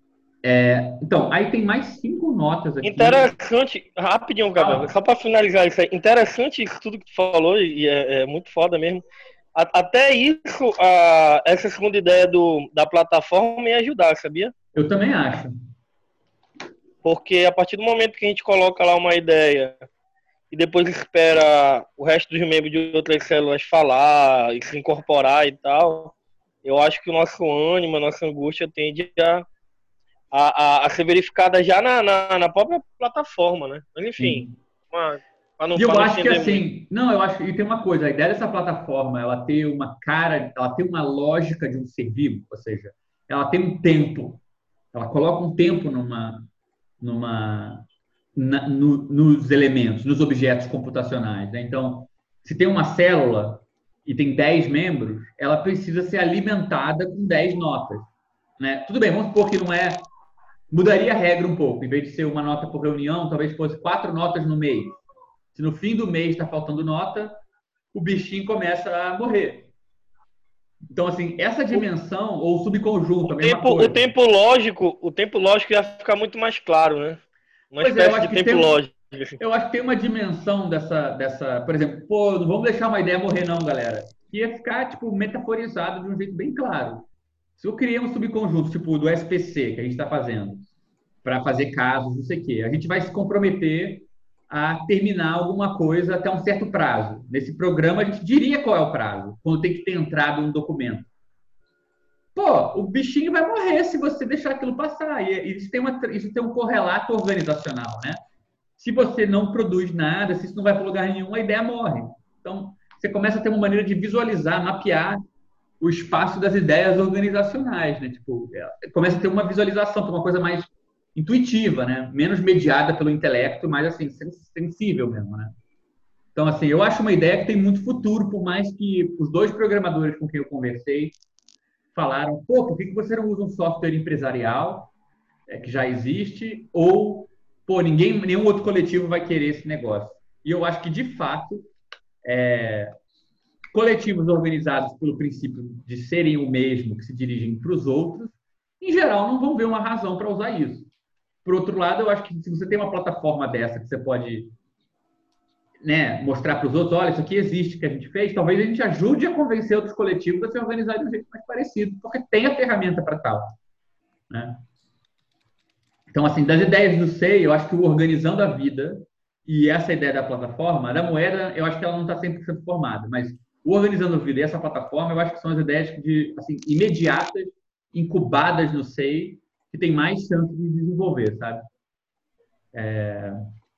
É, então, aí tem mais cinco notas aqui. Interessante, rapidinho, Gabriel, ah. só para finalizar isso aí. Interessante isso tudo que tu falou, e é, é muito foda mesmo. A, até isso, a, essa segunda ideia do, da plataforma ia ajudar, sabia? Eu também acho. Porque a partir do momento que a gente coloca lá uma ideia e depois espera o resto dos membros de outras células falar e se incorporar e tal, eu acho que o nosso ânimo, a nossa angústia tende a, a, a ser verificada já na, na, na própria plataforma, né? Mas enfim, uma, não, e eu acho que assim, muito. Não, eu acho que tem uma coisa, a ideia dessa plataforma, ela tem uma cara, ela tem uma lógica de um ser vivo, ou seja, ela tem um tempo, ela coloca um tempo numa, numa, na, no, nos elementos, nos objetos computacionais, né? Então, se tem uma célula e tem dez membros, ela precisa ser alimentada com dez notas, né? Tudo bem, vamos supor que não é... Mudaria a regra um pouco. Em vez de ser uma nota por reunião, talvez fosse quatro notas no mês. Se no fim do mês está faltando nota, o bichinho começa a morrer. Então, assim, essa dimensão, ou subconjunto, a mesma tempo, coisa. O tempo lógico, o tempo lógico ia ficar muito mais claro, né? Uma pois espécie é, de tempo tem, lógico. Eu acho que tem uma dimensão dessa, dessa... Por exemplo, pô, não vamos deixar uma ideia morrer não, galera. Que ia ficar, tipo, metaforizado de um jeito bem claro. Se eu criei um subconjunto, tipo, do S P C, que a gente está fazendo, para fazer casos, não sei o quê, a gente vai se comprometer a terminar alguma coisa até um certo prazo. Nesse programa, a gente diria qual é o prazo, quando tem que ter entrado um documento. Pô, o bichinho vai morrer se você deixar aquilo passar. E isso tem, uma, isso tem um correlato organizacional, né? Se você não produz nada, se isso não vai para lugar nenhum, a ideia morre. Então, você começa a ter uma maneira de visualizar, mapear o espaço das ideias organizacionais, né? Tipo, começa a ter uma visualização, uma coisa mais intuitiva, né? Menos mediada pelo intelecto, mais assim, sensível mesmo, né? Então, assim, eu acho uma ideia que tem muito futuro, por mais que os dois programadores com quem eu conversei falaram, pô, por que você não usa um software empresarial é, que já existe, ou, pô, ninguém, nenhum outro coletivo vai querer esse negócio. E eu acho que, de fato, é, coletivos organizados pelo princípio de serem o mesmo, que se dirigem para os outros, em geral, não vão ver uma razão para usar isso. Por outro lado, eu acho que se você tem uma plataforma dessa que você pode, né, mostrar para os outros, olha, isso aqui existe, que a gente fez, talvez a gente ajude a convencer outros coletivos a se organizar de um jeito mais parecido, porque tem a ferramenta para tal, né? Então, assim, das ideias do S E I, eu acho que o Organizando a Vida e essa ideia da plataforma, da moeda, eu acho que ela não está cem por cento formada, mas o Organizando a Vida e essa plataforma, eu acho que são as ideias de, assim, imediatas, incubadas no S E I, que tem mais chance de desenvolver, sabe? É...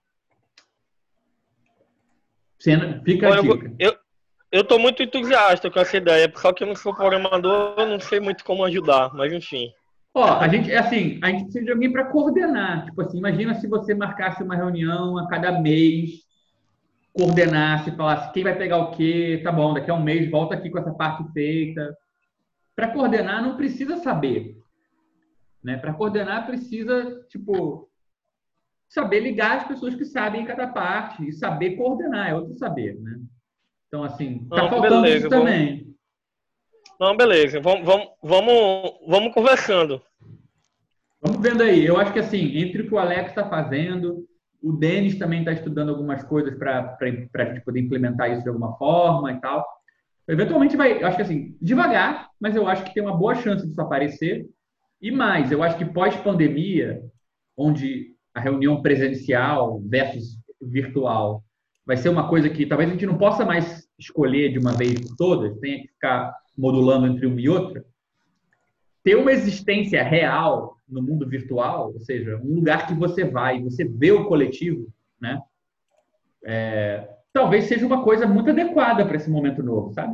Fica a dica. Eu, eu, eu tô muito entusiasta com essa ideia, só que eu não sou programador, eu não sei muito como ajudar, mas enfim. Ó, a gente, assim, a gente precisa de alguém para coordenar. Tipo assim, imagina se você marcasse uma reunião a cada mês, coordenasse, falasse quem vai pegar o quê, tá bom, daqui a um mês volta aqui com essa parte feita. Para coordenar não precisa saber, né? Para coordenar precisa, tipo, saber ligar as pessoas que sabem cada parte e saber coordenar, é outro saber, né? Então, assim, tá não, faltando beleza, isso vamos... também. Não, beleza. Vamos, vamos, vamos, vamos conversando. Vamos vendo aí. Eu acho que, assim, entre o que o Alex está fazendo, o Denis também está estudando algumas coisas para a gente poder implementar isso de alguma forma e tal. Eventualmente vai, eu acho que, assim, devagar, mas eu acho que tem uma boa chance disso aparecer. E mais, eu acho que pós-pandemia, onde a reunião presencial versus virtual vai ser uma coisa que talvez a gente não possa mais escolher de uma vez por todas, tenha que ficar modulando entre uma e outra, ter uma existência real no mundo virtual, ou seja, um lugar que você vai, você vê o coletivo, né? É, talvez seja uma coisa muito adequada para esse momento novo, sabe?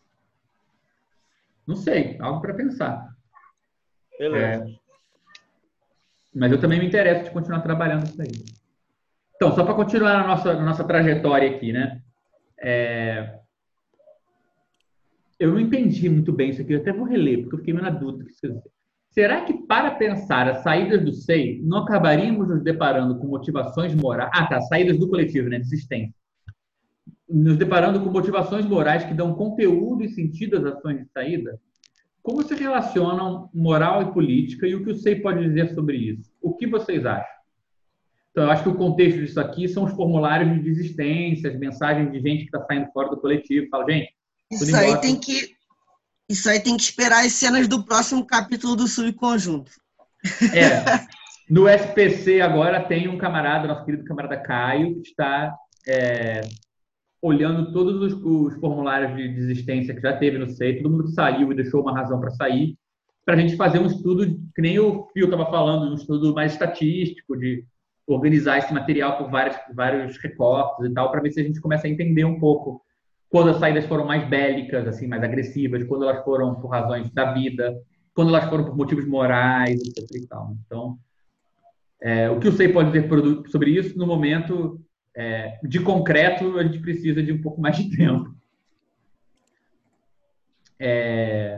Não sei, algo para pensar. Beleza. É, mas eu também me interesso de continuar trabalhando isso aí. Então, só para continuar a nossa, a nossa trajetória aqui, né? É, eu não entendi muito bem isso aqui, eu até vou reler, porque eu fiquei meio na dúvida. Será que, para pensar as saídas do S E I, não acabaríamos nos deparando com motivações morais... Ah, tá, saídas do coletivo, né? Desistência. Nos deparando com motivações morais que dão conteúdo e sentido às ações de saída? como se relacionam moral e política e o que o S E I pode dizer sobre isso? O que vocês acham? Então, eu acho que o contexto disso aqui são os formulários de desistência, as mensagens de gente que está saindo fora do coletivo. Fala, gente, isso aí tem que isso aí tem que esperar as cenas do próximo capítulo do Subconjunto. É, no S P C agora tem um camarada, nosso querido camarada Caio, que está é, olhando todos os, os formulários de desistência que já teve no S E I, todo mundo que saiu e deixou uma razão para sair, para a gente fazer um estudo, que nem o Pio estava falando, um estudo mais estatístico, de organizar esse material por vários, vários recortes e tal, para ver se a gente começa a entender um pouco quando as saídas foram mais bélicas, assim, mais agressivas, quando elas foram por razões da vida, quando elas foram por motivos morais, etcétera e tal. Então, é, o que o S E I pode dizer sobre isso, no momento, é, de concreto, a gente precisa de um pouco mais de tempo. É,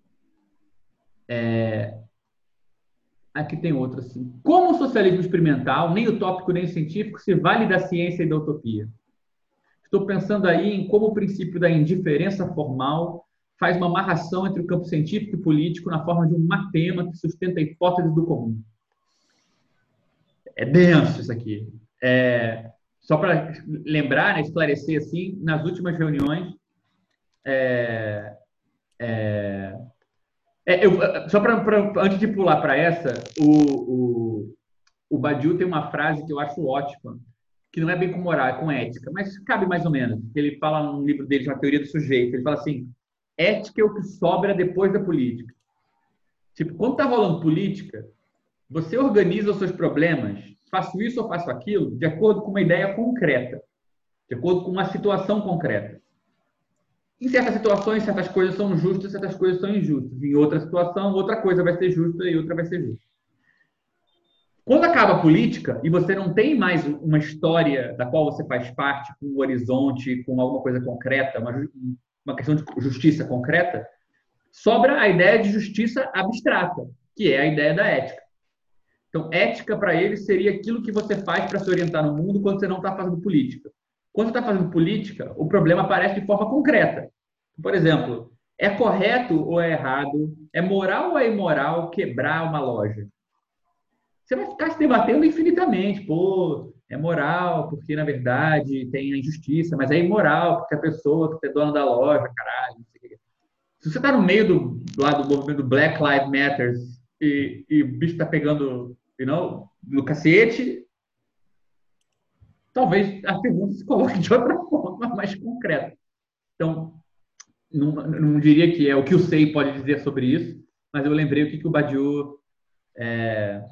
é, aqui tem outro assim. Como o socialismo experimental, nem utópico nem científico, se vale da ciência e da utopia? Estou pensando aí em como o princípio da indiferença formal faz uma amarração entre o campo científico e político na forma de um mapema que sustenta a hipótese do comum. É denso isso aqui. É, só para lembrar, né, esclarecer assim, nas últimas reuniões, é, é, é, eu, só para antes de pular para essa, o, o, o Badiou tem uma frase que eu acho ótima, que não é bem com moral, é com ética, mas cabe mais ou menos. Ele fala num livro dele, uma teoria do sujeito, ele fala assim: ética é o que sobra depois da política. Tipo, quando está rolando política, você organiza os seus problemas, faço isso ou faço aquilo, de acordo com uma ideia concreta, de acordo com uma situação concreta. Em certas situações, certas coisas são justas, certas coisas são injustas. Em outra situação, outra coisa vai ser justa e outra vai ser justa. Quando acaba a política e você não tem mais uma história da qual você faz parte, com um horizonte, com alguma coisa concreta, uma, uma questão de justiça concreta, sobra a ideia de justiça abstrata, que é a ideia da ética. Então, ética para ele seria aquilo que você faz para se orientar no mundo quando você não está fazendo política. Quando você está fazendo política, o problema aparece de forma concreta. Por exemplo, é correto ou é errado? É moral ou é imoral quebrar uma loja? Você vai ficar se debatendo infinitamente. Pô, é moral, porque, na verdade, tem a injustiça, mas é imoral, porque a pessoa que é dona da loja, caralho, não sei o que. Se você está no meio do, lá do movimento Black Lives Matter e, e o bicho está pegando, you know, no cacete, talvez a pergunta se coloque de outra forma, mais concreta. Então, não, não diria que é o que o S E I pode dizer sobre isso, mas eu lembrei o que, que o Badiou é,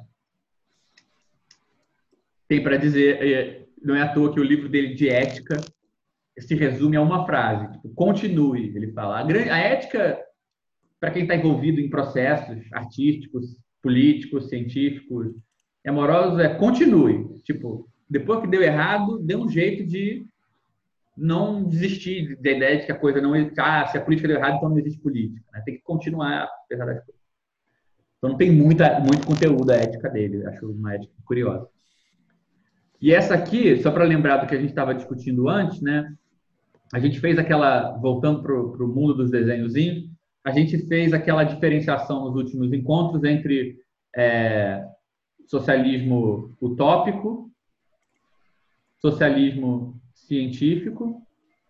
tem para dizer. Não é à toa que o livro dele de ética se resume a uma frase, tipo, continue, ele fala. A, grande, a ética, para quem está envolvido em processos artísticos, políticos, científicos, amorosos, é continue. Tipo, depois que deu errado, dê um jeito de não desistir da ideia de que a coisa não existe. Ah, se a política deu errado, então não existe política. Né? Tem que continuar, apesar das coisas. Então não tem muita, muito conteúdo a ética dele. Acho uma ética curiosa. E essa aqui, só para lembrar do que a gente estava discutindo antes, né? A gente fez aquela, voltando para o mundo dos desenhozinhos, a gente fez aquela diferenciação nos últimos encontros entre é, socialismo utópico, socialismo científico.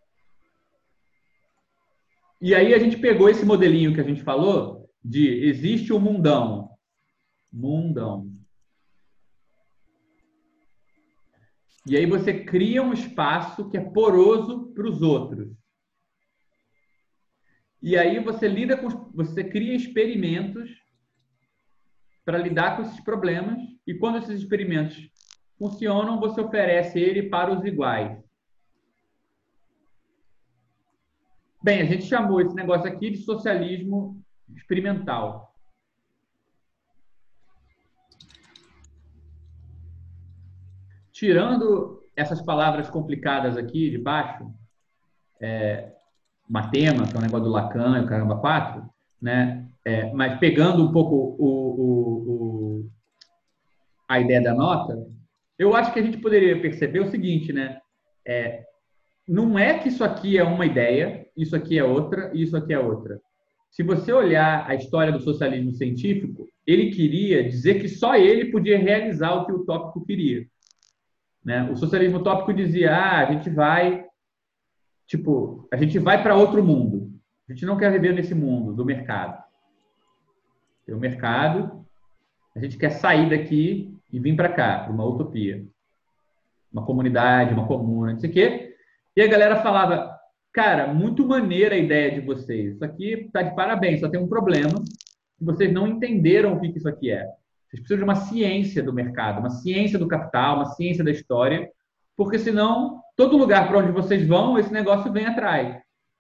E aí a gente pegou esse modelinho que a gente falou de existe o mundão. Mundão. E aí você cria um espaço que é poroso para os outros. E aí você lida com, você cria experimentos para lidar com esses problemas. E quando esses experimentos funcionam, você oferece ele para os iguais. Bem, a gente chamou esse negócio aqui de socialismo experimental. Tirando essas palavras complicadas aqui de baixo, é, matema, que é um negócio do Lacan e o caramba quatro, né? É, mas pegando um pouco o, o, o, a ideia da nota, eu acho que a gente poderia perceber o seguinte, né? É, não é que isso aqui é uma ideia, isso aqui é outra e isso aqui é outra. se você olhar a história do socialismo científico, ele queria dizer que só ele podia realizar o que o tópico queria. Né? O socialismo utópico dizia, ah, a gente vai, tipo, a gente vai para outro mundo. A gente não quer viver nesse mundo do mercado. Tem o mercado, a gente quer sair daqui e vir para cá, para uma utopia. Uma comunidade, uma comuna, não sei o quê. E a galera falava, cara, muito maneira a ideia de vocês. Isso aqui está de parabéns, só tem um problema, que vocês não entenderam o que isso aqui é. Vocês precisam de uma ciência do mercado, uma ciência do capital, uma ciência da história, porque senão, todo lugar para onde vocês vão, esse negócio vem atrás.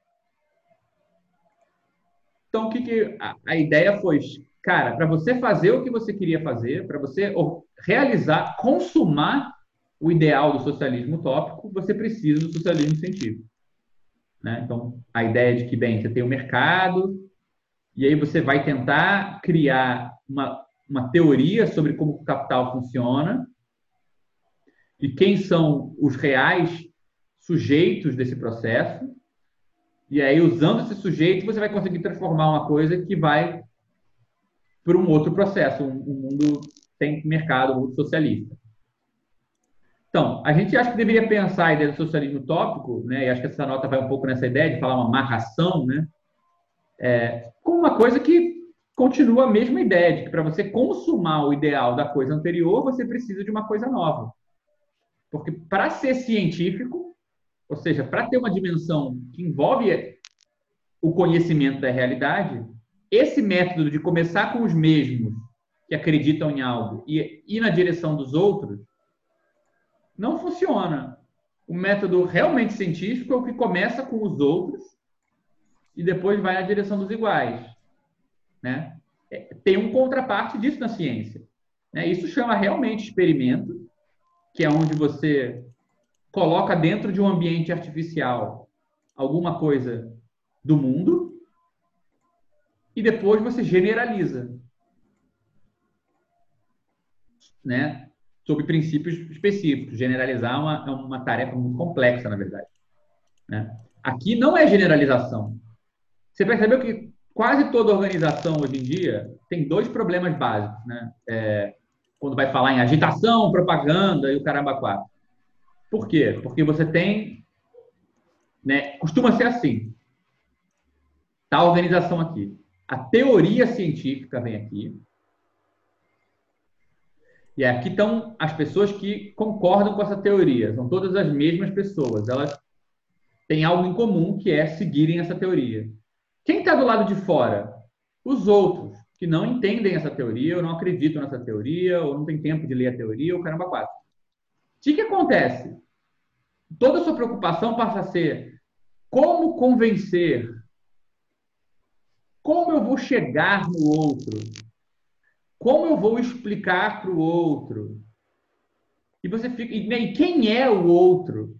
Então, o que, que a, a ideia foi? Cara, para você fazer o que você queria fazer, para você realizar, consumar o ideal do socialismo utópico, você precisa do socialismo científico. Né? Então, a ideia de que, bem, você tem o mercado, e aí você vai tentar criar uma, uma teoria sobre como o capital funciona e quem são os reais sujeitos desse processo. E aí, usando esse sujeito, você vai conseguir transformar uma coisa que vai para um outro processo, um, um mundo sem mercado, um mundo socialista. Então, a gente acha que deveria pensar a ideia do socialismo utópico, né, e acho que essa nota vai um pouco nessa ideia de falar uma amarração, né, é, como uma coisa que continua a mesma ideia, de que para você consumar o ideal da coisa anterior, você precisa de uma coisa nova. Porque para ser científico, ou seja, para ter uma dimensão que envolve o conhecimento da realidade, esse método de começar com os mesmos que acreditam em algo e ir na direção dos outros não funciona. O método realmente científico é o que começa com os outros e depois vai na direção dos iguais. Né? Tem um contraparte disso na ciência. Né? Isso chama realmente experimento, que é onde você coloca dentro de um ambiente artificial alguma coisa do mundo e depois você generaliza, né? Sobre princípios específicos. Generalizar é uma, é uma tarefa muito complexa, na verdade. Né? Aqui não é generalização. Você percebeu que quase toda organização hoje em dia tem dois problemas básicos, né? É, quando vai falar em agitação, propaganda e o caramba quatro. Por quê? Porque você tem... Né, costuma ser assim. Tá a organização aqui. A teoria científica vem aqui. E aqui estão as pessoas que concordam com essa teoria. São todas as mesmas pessoas. Elas têm algo em comum, que é seguirem essa teoria. Quem está do lado de fora? Os outros, que não entendem essa teoria, ou não acreditam nessa teoria, ou não tem tempo de ler a teoria, ou caramba quatro. O que, que acontece? Toda a sua preocupação passa a ser como convencer, como eu vou chegar no outro, como eu vou explicar para o outro. E você fica... E quem é o outro?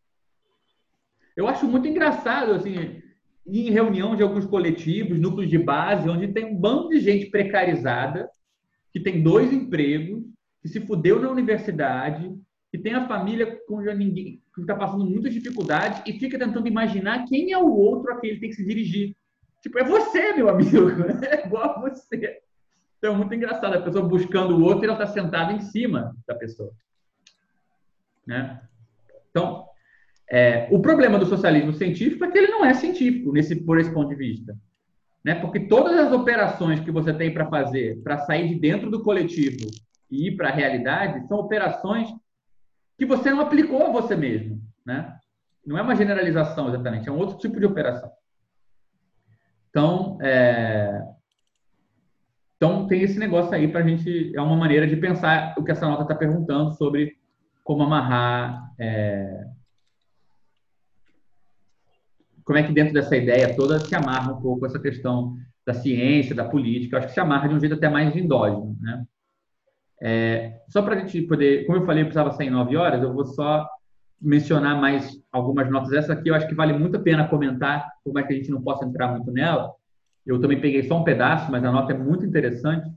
Eu acho muito engraçado, assim, em reunião de alguns coletivos, núcleos de base, onde tem um bando de gente precarizada, que tem dois empregos, que se fudeu na universidade, que tem a família com ninguém, que está passando muitas dificuldades e fica tentando imaginar quem é o outro a quem ele tem que se dirigir. Tipo, é você, meu amigo. É igual a você. Então, é muito engraçado. A pessoa buscando o outro e ela está sentada em cima da pessoa. Né? Então, é, o problema do socialismo científico é que ele não é científico nesse, por esse ponto de vista. Né? Porque todas as operações que você tem para fazer, para sair de dentro do coletivo e ir para a realidade, são operações que você não aplicou a você mesmo. Né? Não é uma generalização exatamente, é um outro tipo de operação. Então, é... então tem esse negócio aí para a gente... É uma maneira de pensar o que essa nota está perguntando sobre como amarrar... É... Como é que dentro dessa ideia toda se amarra um pouco essa questão da ciência, da política. Eu acho que se amarra de um jeito até mais endógeno. Né? É... Só para a gente poder... Como eu falei, eu precisava sair em nove horas, eu vou só mencionar mais algumas notas. Essa aqui eu acho que vale muito a pena comentar, por mais que a gente não possa entrar muito nela. Eu também peguei só um pedaço, mas a nota é muito interessante.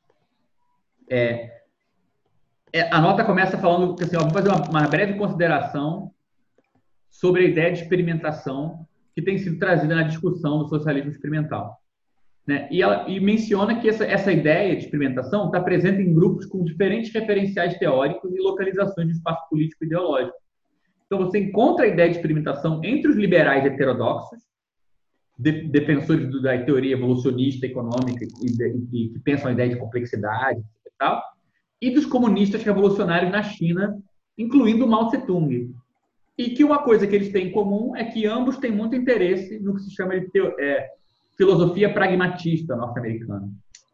É, é, a nota começa falando que assim, ó, vou fazer uma, uma breve consideração sobre a ideia de experimentação que tem sido trazida na discussão do socialismo experimental. né? E, ela, e menciona que essa, essa ideia de experimentação está presente em grupos com diferentes referenciais teóricos e localizações de espaço político e ideológico. Então, você encontra a ideia de experimentação entre os liberais heterodoxos, de, defensores do, da teoria evolucionista econômica e, de, e que pensam a ideia de complexidade e tal, e dos comunistas revolucionários na China, incluindo Mao Tse-tung. E que uma coisa que eles têm em comum é que ambos têm muito interesse no que se chama de teo, é, filosofia pragmatista norte-americana.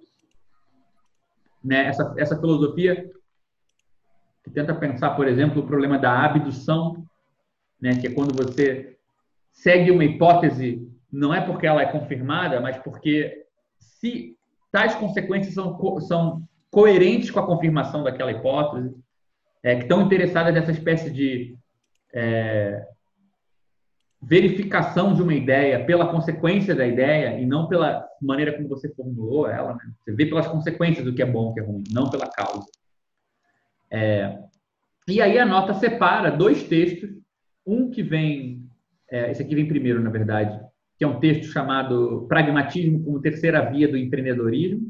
Né? Essa, essa filosofia que tenta pensar, por exemplo, o problema da abdução, né? Que é quando você segue uma hipótese, não é porque ela é confirmada, mas porque se tais consequências são, são coerentes com a confirmação daquela hipótese, é, que estão interessadas nessa espécie de é, verificação de uma ideia pela consequência da ideia e não pela maneira como você formulou ela. Né? Você vê pelas consequências do que é bom, o que é ruim, não pela causa. É, e aí a nota separa dois textos, um que vem, é, esse aqui vem primeiro, na verdade, que é um texto chamado Pragmatismo como Terceira Via do Empreendedorismo,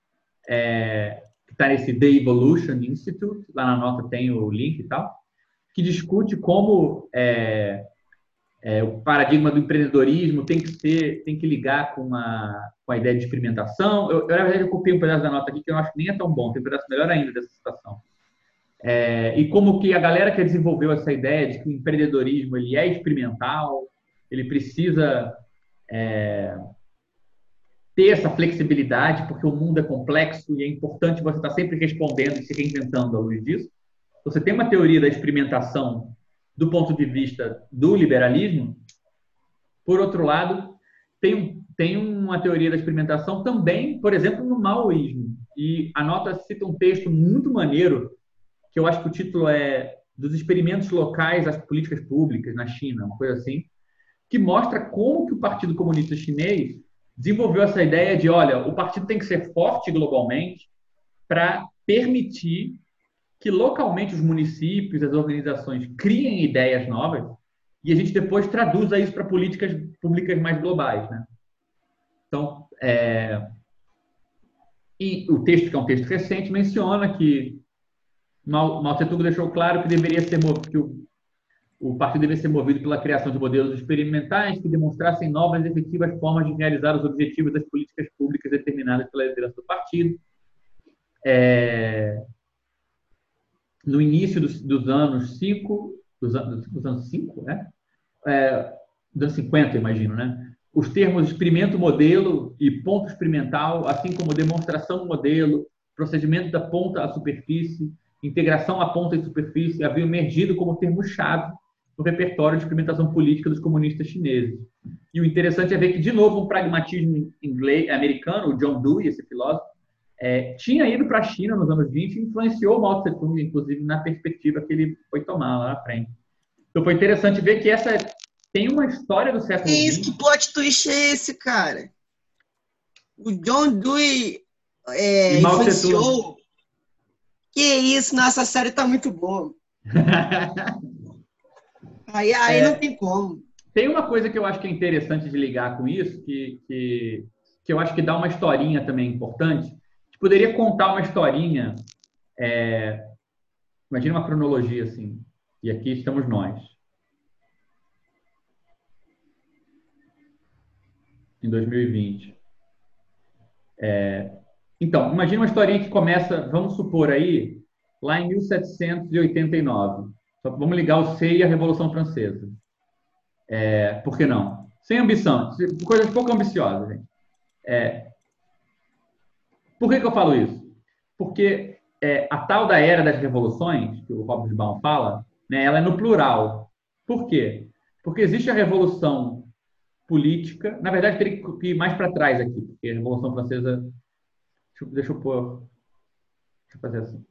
é, que está nesse The Evolution Institute, lá na nota tem o link e tal, que discute como é, é, o paradigma do empreendedorismo tem que ser, tem que ligar com a, com a ideia de experimentação. Eu, eu, na verdade, eu copiei um pedaço da nota aqui que eu acho que nem é tão bom, tem um pedaço melhor ainda dessa citação. É, e como que a galera que desenvolveu essa ideia de que o empreendedorismo ele é experimental, ele precisa é, ter essa flexibilidade, porque o mundo é complexo e é importante você estar sempre respondendo e se reinventando à luz disso. Você tem uma teoria da experimentação do ponto de vista do liberalismo. Por outro lado, tem, tem uma teoria da experimentação também, por exemplo, no maoísmo. E a nota cita um texto muito maneiro, que eu acho que o título é Dos Experimentos Locais às Políticas Públicas na China, uma coisa assim, que mostra como que o Partido Comunista Chinês desenvolveu essa ideia de, olha, o partido tem que ser forte globalmente para permitir que localmente os municípios, as organizações criem ideias novas e a gente depois traduza isso para políticas públicas mais globais, né? Então, é... e o texto, que é um texto recente, menciona que Mao, Mao Tse-tung deixou claro que deveria ser que o, o partido deveria ser movido pela criação de modelos experimentais que demonstrassem novas e efetivas formas de realizar os objetivos das políticas públicas determinadas pela liderança do partido. É... No início dos, dos anos cinco, dos, anos, dos anos cinco, né? É, dos anos cinquenta, imagino, né? Os termos experimento modelo e ponto experimental, assim como demonstração modelo, procedimento da ponta à superfície, integração à ponta e superfície, haviam emergido como termos-chave no repertório de experimentação política dos comunistas chineses. E o interessante é ver que, de novo, um pragmatismo inglês, americano, o John Dewey, esse filósofo, é, tinha ido para a China nos anos vinte e influenciou Mao Tse-tung, inclusive, na perspectiva que ele foi tomar lá na frente. Então, foi interessante ver que essa tem uma história do século Que isso, vinte. que plot twist é esse, cara? O John Dewey é, influenciou... Que isso, nossa série tá muito boa. aí aí é, não tem como. Tem uma coisa que eu acho que é interessante de ligar com isso, que, que, que eu acho que dá uma historinha também importante. A gente poderia contar uma historinha, é, imagina uma cronologia assim, e aqui estamos nós. Em dois mil e vinte. É, então, imagina uma historinha que começa, vamos supor aí, lá em mil setecentos e oitenta e nove. Só vamos ligar o C e a Revolução Francesa. É, por que não? Sem ambição, coisas pouco ambiciosas. Gente. É, por que, que eu falo isso? Porque é, a tal da era das revoluções, que o Hobsbawm fala, né, ela é no plural. Por quê? Porque existe a Revolução Política, na verdade, teria que ir mais para trás aqui, porque a Revolução Francesa... Deixa eu, deixa eu pôr... Deixa eu fazer assim.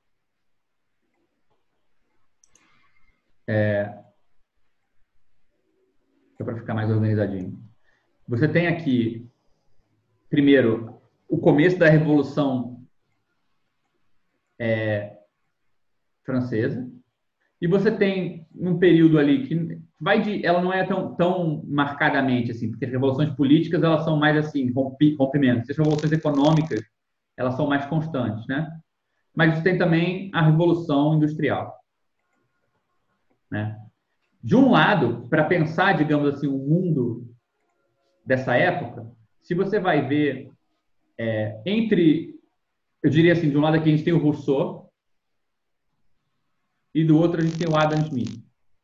É, para ficar mais organizadinho. Você tem aqui, primeiro, o começo da Revolução é, Francesa. e você tem um período ali que vai de, ela não é tão, tão marcadamente assim, porque as revoluções políticas elas são mais assim, rompi, rompimentos. As revoluções econômicas elas são mais constantes, né? Mas você tem também a revolução industrial, né? De um lado, para pensar, digamos assim, o mundo dessa época, se você vai ver é, entre, eu diria assim, de um lado aqui a gente tem o Rousseau e do outro a gente tem o Adam Smith.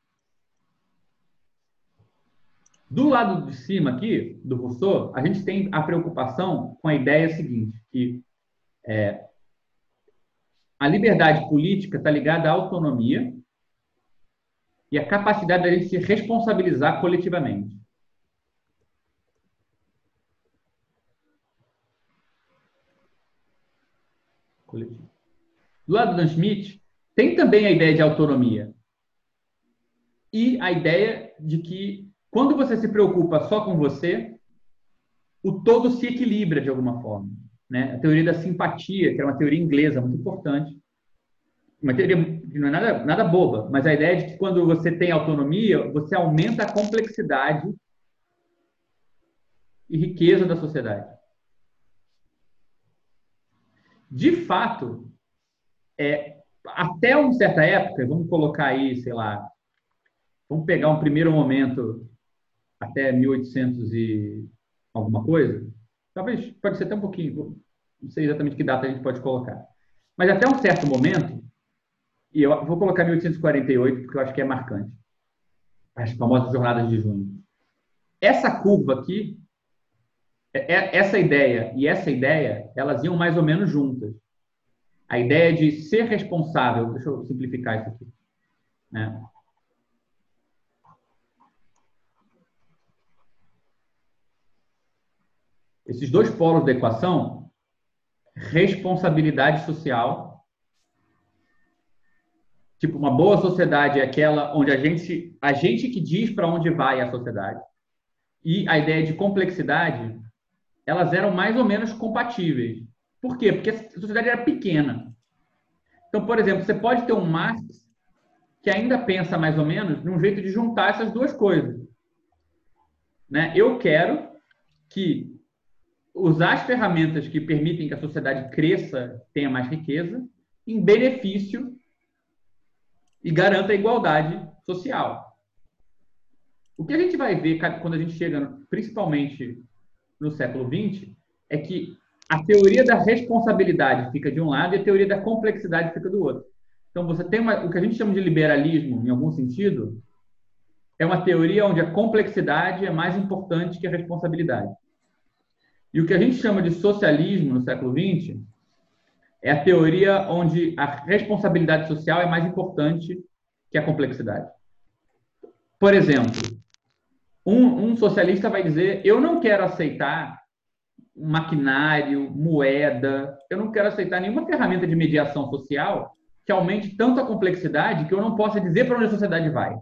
Do lado de cima aqui, do Rousseau, a gente tem a preocupação com a ideia seguinte, que é, a liberdade política está ligada à autonomia e à capacidade da gente se responsabilizar coletivamente. Coletivo. Do lado do Adam Smith, tem também a ideia de autonomia e a ideia de que quando você se preocupa só com você, o todo se equilibra de alguma forma, né? A teoria da simpatia, que é uma teoria inglesa muito importante, uma teoria que não é nada, nada boba, mas a ideia de que quando você tem autonomia, você aumenta a complexidade e riqueza da sociedade. De fato, é, até uma certa época, vamos colocar aí, sei lá, vamos pegar um primeiro momento até mil e oitocentos e alguma coisa, talvez, pode ser até um pouquinho, não sei exatamente que data a gente pode colocar, mas até um certo momento, e eu vou colocar mil oitocentos e quarenta e oito, porque eu acho que é marcante, as famosas jornadas de junho. Essa curva aqui, essa ideia e essa ideia, elas iam mais ou menos juntas. A ideia de ser responsável, deixa eu simplificar isso aqui, né? Esses dois polos da equação, responsabilidade social, tipo, uma boa sociedade é aquela onde a gente, a gente que diz para onde vai a sociedade, e a ideia de complexidade, elas eram mais ou menos compatíveis. Por quê? Porque a sociedade era pequena. Então, por exemplo, você pode ter um Marx que ainda pensa mais ou menos num jeito de juntar essas duas coisas, né? Eu quero que usar as ferramentas que permitem que a sociedade cresça, tenha mais riqueza, em benefício e garanta a igualdade social. O que a gente vai ver quando a gente chega, principalmente no século vinte, é que a teoria da responsabilidade fica de um lado e a teoria da complexidade fica do outro. Então, você tem uma, o que a gente chama de liberalismo, em algum sentido, é uma teoria onde a complexidade é mais importante que a responsabilidade. E o que a gente chama de socialismo no século vinte é a teoria onde a responsabilidade social é mais importante que a complexidade. Por exemplo, um, um socialista vai dizer: eu não quero aceitar maquinário, moeda, eu não quero aceitar nenhuma ferramenta de mediação social que aumente tanto a complexidade que eu não possa dizer para onde a sociedade vai.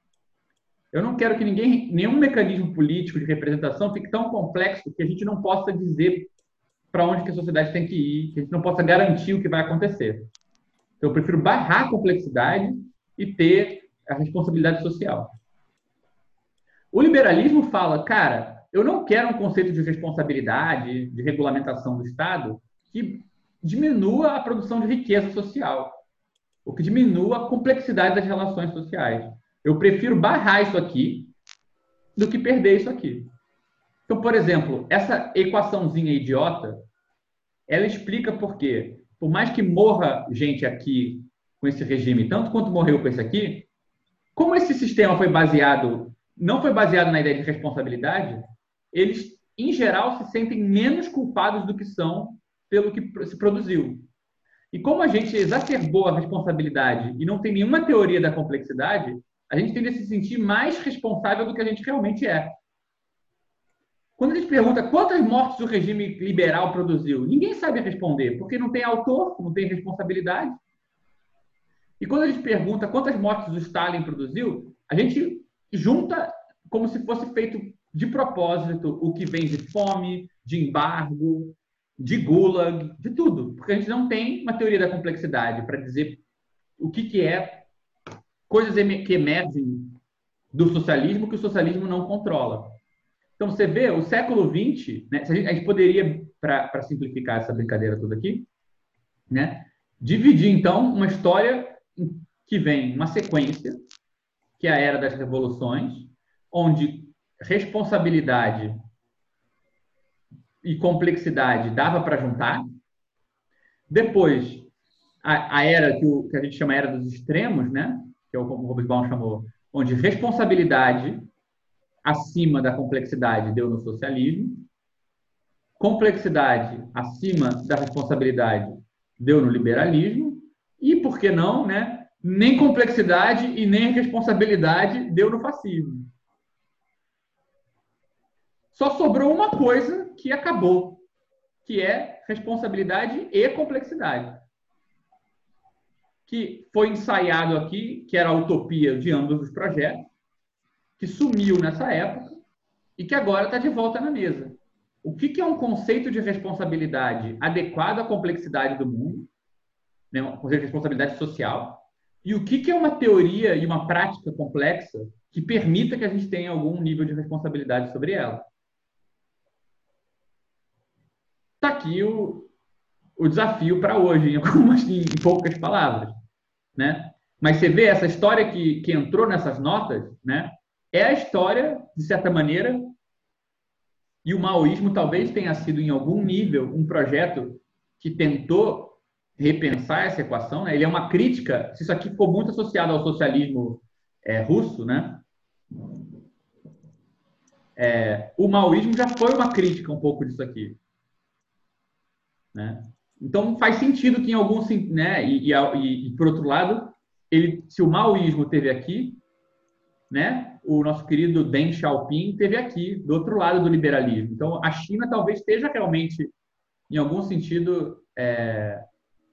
Eu não quero que ninguém, nenhum mecanismo político de representação fique tão complexo que a gente não possa dizer para onde que a sociedade tem que ir, que a gente não possa garantir o que vai acontecer. Então, eu prefiro barrar a complexidade e ter a responsabilidade social. O liberalismo fala, cara, eu não quero um conceito de responsabilidade, de regulamentação do Estado que diminua a produção de riqueza social, ou que diminua a complexidade das relações sociais. Eu prefiro barrar isso aqui do que perder isso aqui. Então, por exemplo, essa equaçãozinha idiota, ela explica por quê. Por mais que morra gente aqui com esse regime, tanto quanto morreu com esse aqui, como esse sistema foi baseado, não foi baseado na ideia de responsabilidade, eles, em geral, se sentem menos culpados do que são pelo que se produziu. E como a gente exacerbou a responsabilidade e não tem nenhuma teoria da complexidade, a gente tende a se sentir mais responsável do que a gente realmente é. Quando a gente pergunta quantas mortes o regime liberal produziu, ninguém sabe responder, porque não tem autor, não tem responsabilidade. E quando a gente pergunta quantas mortes o Stalin produziu, a gente junta como se fosse feito de propósito o que vem de fome, de embargo, de gulag, de tudo. Porque a gente não tem uma teoria da complexidade para dizer o que, que é coisas que emergem do socialismo que o socialismo não controla. Então, você vê, o século vinte, né, a, gente, a gente poderia, para simplificar essa brincadeira toda aqui, né, dividir, então, uma história que vem uma sequência, que é a Era das Revoluções, onde responsabilidade e complexidade dava para juntar. Depois, a, a era que, o, que a gente chama Era dos Extremos, né, que é o como o Hobsbawm chamou, onde responsabilidade acima da complexidade deu no socialismo, complexidade acima da responsabilidade deu no liberalismo, e, por que não, né, nem complexidade e nem responsabilidade deu no fascismo. Só sobrou uma coisa que acabou, que é responsabilidade e complexidade. Que foi ensaiado aqui, que era a utopia de ambos os projetos, que sumiu nessa época e que agora está de volta na mesa. O que é um conceito de responsabilidade adequado à complexidade do mundo, né, um conceito de responsabilidade social, e o que é uma teoria e uma prática complexa que permita que a gente tenha algum nível de responsabilidade sobre ela. Está aqui o, o desafio para hoje, em, algumas, em poucas palavras. Né? Mas você vê essa história que, que entrou nessas notas, né? É a história, de certa maneira, e o maoísmo talvez tenha sido, em algum nível, um projeto que tentou repensar essa equação. Né? Ele é uma crítica, se isso aqui ficou muito associado ao socialismo é, russo, né? É, o maoísmo já foi uma crítica um pouco disso aqui. Né? Então, faz sentido que em algum... Né, e, e, e, por outro lado, ele, se o maoísmo teve aqui, né, o nosso querido Deng Xiaoping teve aqui, do outro lado do liberalismo. Então, a China talvez esteja realmente, em algum sentido, é,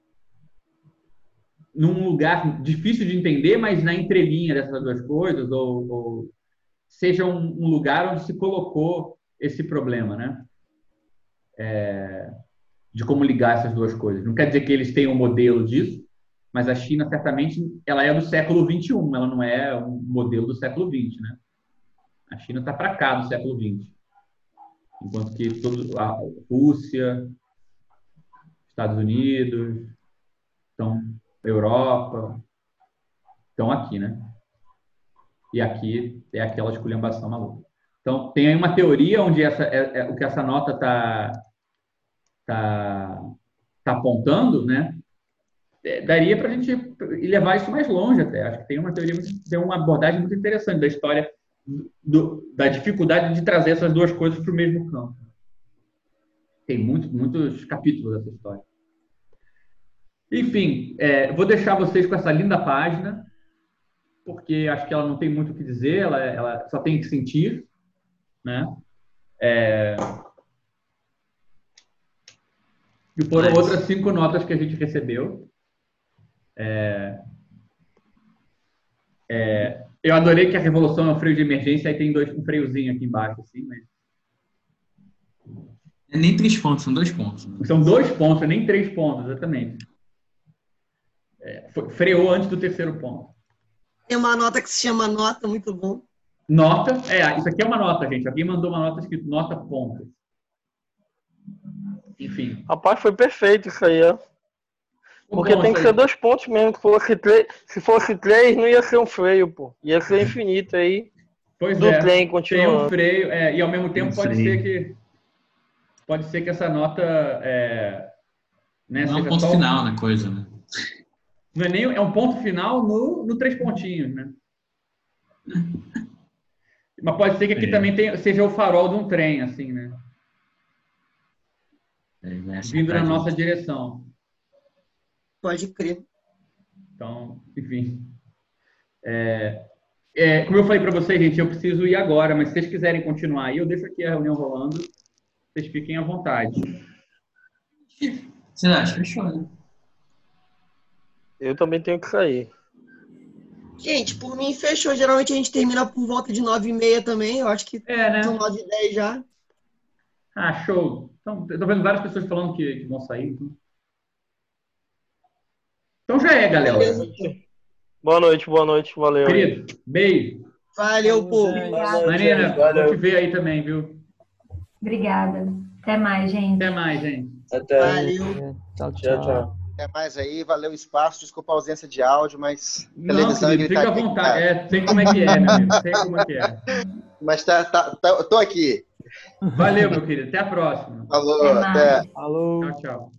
num lugar difícil de entender, mas na entrelinha dessas duas coisas, ou, ou seja um, um lugar onde se colocou esse problema, né? É, de como ligar essas duas coisas. Não quer dizer que eles tenham um modelo disso, mas a China, certamente, ela é do século vinte e um, ela não é um modelo do século vinte, né? A China está para cá do século vinte. Enquanto que todo, a Rússia, Estados Unidos, então, Europa, estão aqui, né? E aqui é aquela esculhambação maluca. Então, tem aí uma teoria onde essa, é, é, o que essa nota está tá, tá apontando, né? É, daria para a gente levar isso mais longe até. Acho que tem uma teoria, tem uma abordagem muito interessante da história, do, da dificuldade de trazer essas duas coisas para o mesmo campo. Tem muito, muitos capítulos dessa história. Enfim, é, vou deixar vocês com essa linda página, porque acho que ela não tem muito o que dizer, ela, ela só tem que sentir, né? É... E foram Mas... outras cinco notas que a gente recebeu. É... É... Eu adorei que a revolução é um freio de emergência, aí tem dois, um freiozinho aqui embaixo, assim, mas... É nem três pontos, são dois pontos. Né? São dois pontos, nem três pontos, exatamente. É, foi, freou antes do terceiro ponto. Tem uma nota que se chama nota, muito bom. Nota, é, isso aqui é uma nota, gente. Alguém mandou uma nota escrito nota ponto. Enfim. Rapaz, foi perfeito isso aí, ó. Porque bom, tem que ser dois pontos mesmo. Se fosse, três, se fosse três, não ia ser um freio, pô. Ia ser infinito aí. Pois do é. trem Tem continuando. um freio, é, e ao mesmo tempo Um pode freio. ser que pode ser que essa nota é, né, Não é um seja ponto só- final na coisa, né? Não é nem é um ponto final no, no três pontinhos, né? Mas pode ser que aqui É. também tenha, seja o farol de um trem, assim, né? É, vai Vindo na acertar, nossa gente. direção. Pode crer. Então, enfim. É, é, como eu falei para vocês, gente, eu preciso ir agora, mas se vocês quiserem continuar aí, eu deixo aqui a reunião rolando. Vocês fiquem à vontade. Você acha? Fechou, né? Eu também tenho que sair. Gente, por mim fechou. Geralmente a gente termina por volta de nove e meia também. Eu acho que É, né? são nove e dez já. Ah, show. Então, eu tô vendo várias pessoas falando que, que vão sair. Então, então já é, galera. Beleza, então. Boa noite, boa noite. Valeu. Querido, beijo. Valeu, pô. Marina, vou te ver aí também, viu? Obrigada. Até mais, gente. Até mais, gente. Até. Valeu. Tchau, Tchau, tchau. Até mais aí, valeu o espaço, desculpa a ausência de áudio, mas Não, televisão querido, e fica à gritaria, vontade. cara. É, sei como é que é, meu amigo. Sei como é que é. Mas tá, tá, tá, tô aqui. Valeu, meu querido. Até a próxima. Falou, Até até. mais. Alô. Tchau, tchau.